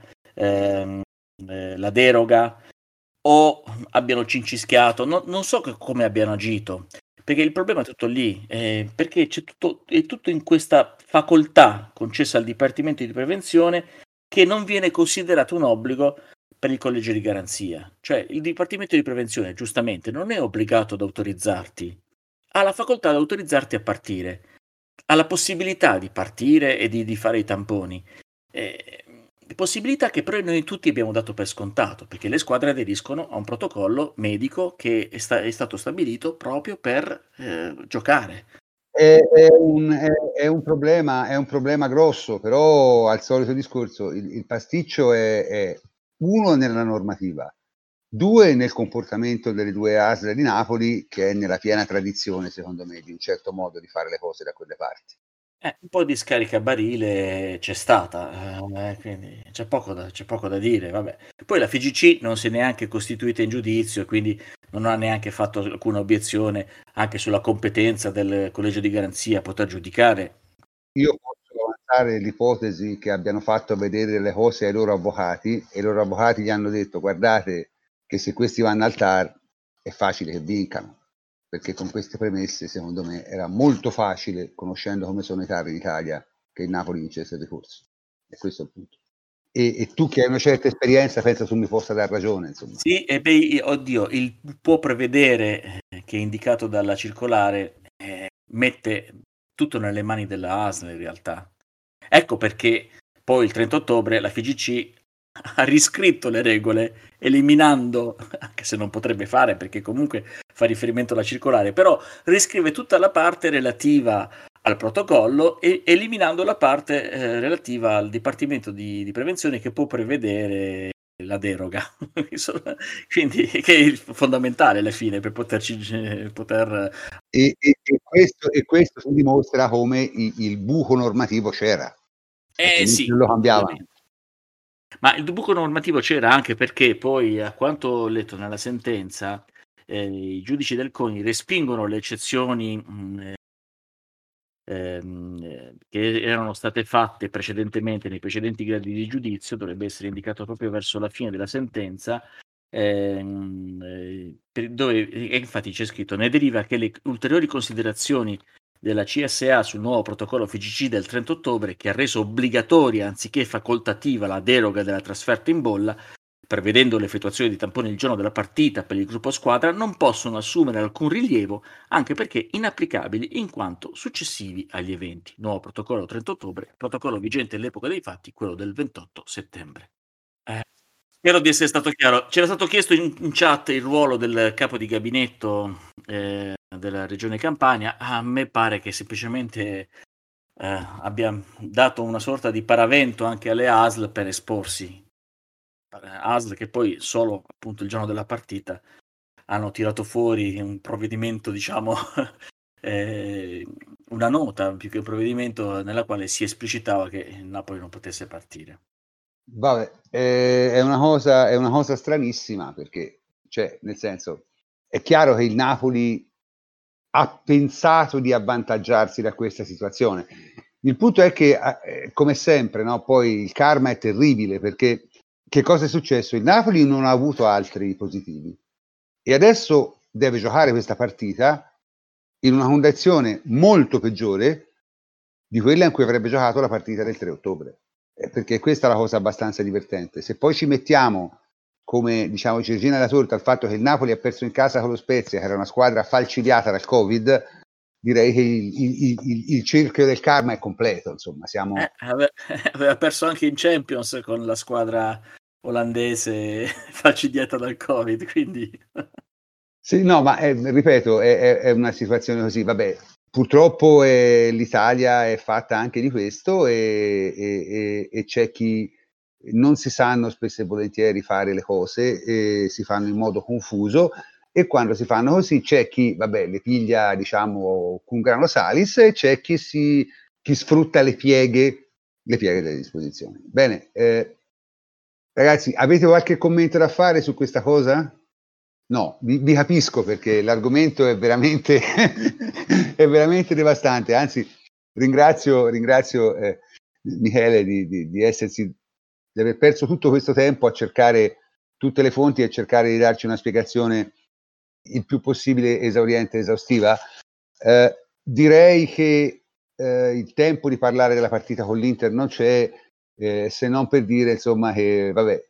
G: la deroga, o abbiano cincischiato, non so come abbiano agito, perché il problema è tutto lì, perché è tutto in questa facoltà concessa al Dipartimento di Prevenzione, che non viene considerato un obbligo per il collegio di garanzia. Cioè il Dipartimento di Prevenzione giustamente non è obbligato ad autorizzarti, ha la facoltà di autorizzarti a partire, ha la possibilità di partire e di fare i tamponi, possibilità che però noi tutti abbiamo dato per scontato, perché le squadre aderiscono a un protocollo medico che è stato stabilito proprio per giocare.
A: È un problema grosso, però al solito discorso, il pasticcio è uno nella normativa, due nel comportamento delle due ASL di Napoli, che è nella piena tradizione, secondo me, di un certo modo di fare le cose da quelle parti.
G: Un po' di scaricabarile c'è stata, quindi c'è poco da dire, vabbè. Poi la FIGC non si è neanche costituita in giudizio, quindi non ha neanche fatto alcuna obiezione anche sulla competenza del collegio di garanzia a poter giudicare.
A: Io posso avanzare l'ipotesi che abbiano fatto vedere le cose ai loro avvocati e i loro avvocati gli hanno detto: guardate che se questi vanno al TAR è facile che vincano, perché con queste premesse secondo me era molto facile, conoscendo come sono i TAR in Italia, che il Napoli vincesse il ricorso. E questo è il punto. E tu che hai una certa esperienza penso tu mi possa dar ragione, insomma.
G: Sì, e beh, oddio, il può prevedere che è indicato dalla circolare mette tutto nelle mani della ASL in realtà. Ecco perché poi il 30 ottobre la FIGC ha riscritto le regole eliminando, anche se non potrebbe fare perché comunque fa riferimento alla circolare, però riscrive tutta la parte relativa al protocollo e eliminando la parte relativa al Dipartimento di Prevenzione che può prevedere la deroga. Quindi che è fondamentale alla fine per poter
A: e questo si dimostra come il buco normativo c'era,
G: sì,
A: non lo cambiava.
G: Ma il buco normativo c'era anche perché poi, a quanto ho letto nella sentenza, i giudici del CONI respingono le eccezioni che erano state fatte precedentemente nei precedenti gradi di giudizio, dovrebbe essere indicato proprio verso la fine della sentenza, dove e infatti c'è scritto: ne deriva che le ulteriori considerazioni della CSA sul nuovo protocollo FIGC del 30 ottobre, che ha reso obbligatoria anziché facoltativa la deroga della trasferta in bolla, prevedendo l'effettuazione di tamponi il giorno della partita per il gruppo squadra, non possono assumere alcun rilievo, anche perché inapplicabili in quanto successivi agli eventi. Nuovo protocollo 30 ottobre, protocollo vigente all'epoca dei fatti, quello del 28 settembre. Spero di essere stato chiaro. C'era stato chiesto in chat il ruolo del capo di gabinetto della regione Campania. A me pare che semplicemente abbia dato una sorta di paravento anche alle ASL per esporsi. ASL che poi solo appunto il giorno della partita hanno tirato fuori un provvedimento, diciamo, una nota più che un provvedimento nella quale si esplicitava che il Napoli non potesse partire.
A: Vabbè, è una cosa stranissima perché, cioè, nel senso, è chiaro che il Napoli ha pensato di avvantaggiarsi da questa situazione. Il punto è che, come sempre, no, poi il karma è terribile perché che cosa è successo? Il Napoli non ha avuto altri positivi e adesso deve giocare questa partita in una condizione molto peggiore di quella in cui avrebbe giocato la partita del 3 ottobre. Perché questa è la cosa abbastanza divertente. Se poi ci mettiamo come, diciamo, ciliegina alla torta il fatto che il Napoli ha perso in casa con lo Spezia, che era una squadra falcidiata dal Covid, direi che il cerchio del karma è completo, insomma.
G: Aveva perso anche in Champions con la squadra olandese falcidiata dal Covid, quindi...
A: Sì, no, ma ripeto, è una situazione così, vabbè. Purtroppo l'Italia è fatta anche di questo e c'è chi non si sanno spesso e volentieri fare le cose e si fanno in modo confuso e quando si fanno così c'è chi, vabbè, le piglia, diciamo, cum grano salis e c'è chi sfrutta le pieghe delle disposizioni. Bene, ragazzi, avete qualche commento da fare su questa cosa? No, vi capisco perché l'argomento è veramente, è veramente devastante. Anzi, ringrazio Michele di aver perso tutto questo tempo a cercare tutte le fonti e cercare di darci una spiegazione il più possibile esauriente e esaustiva. Direi che il tempo di parlare della partita con l'Inter non c'è, se non per dire, insomma, che vabbè.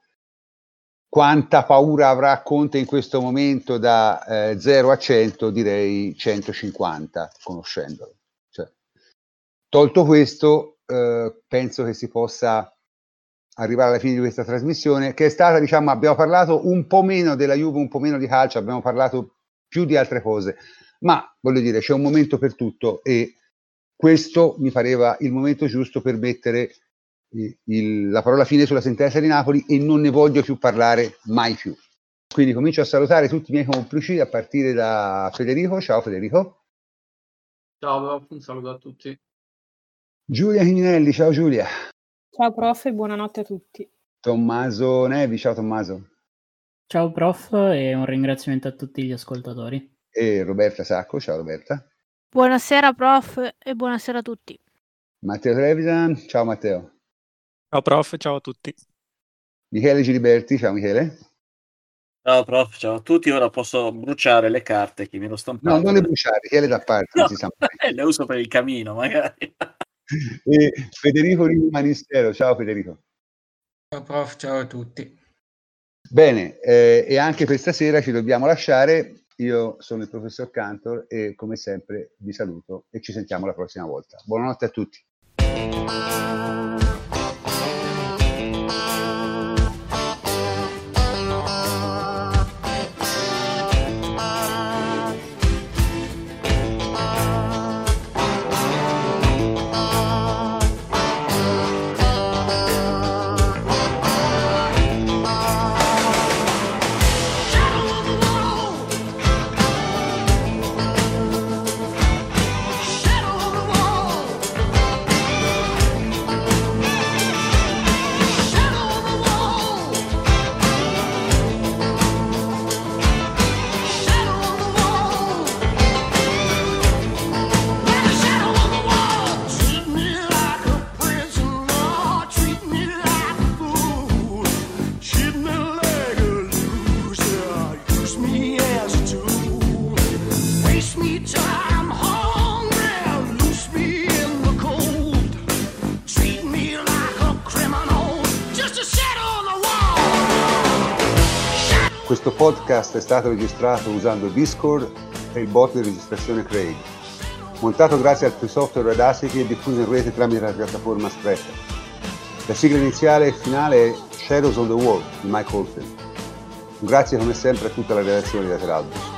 A: Quanta paura avrà Conte in questo momento da 0 a 100? Direi 150, conoscendolo. Cioè, tolto questo, penso che si possa arrivare alla fine di questa trasmissione, che è stata, diciamo, abbiamo parlato un po' meno della Juve, un po' meno di calcio, abbiamo parlato più di altre cose. ma voglio dire, c'è un momento per tutto e questo mi pareva il momento giusto per mettere la parola fine sulla sentenza di Napoli e non ne voglio più parlare mai più. Quindi comincio a salutare tutti i miei complici a partire da Federico. Ciao Federico.
B: Ciao prof, un saluto a tutti.
A: Giulia Chiminelli, ciao Giulia.
C: Ciao prof e buonanotte a tutti.
A: Tommaso Nevi, ciao Tommaso.
D: Ciao prof e un ringraziamento a tutti gli ascoltatori.
A: E Roberta Sacco, ciao Roberta.
E: Buonasera prof e buonasera a tutti.
A: Matteo Trevisan, ciao Matteo.
F: Ciao prof, ciao a tutti.
A: Michele Giliberti, ciao Michele.
G: Ciao prof, ciao a tutti. Ora posso bruciare le carte che mi ero stampato.
A: No, non le bruciare, tienile da parte,
G: no,
A: non si sa mai.
G: Le uso per il camino, magari.
A: E Federico Rivo Manistero, ciao Federico.
H: Ciao prof, ciao a tutti.
A: Bene, e anche per stasera ci dobbiamo lasciare. Io sono il professor Cantor e come sempre vi saluto e ci sentiamo la prossima volta. Buonanotte a tutti. Questo podcast è stato registrato usando Discord e il bot di registrazione Craig. Montato grazie al free software Audacity e diffuso in rete tramite la piattaforma Spreaker. La sigla iniziale e finale è Shadows on the Wall di Mike Oldfield. Grazie come sempre a tutta la redazione di Lateralbus.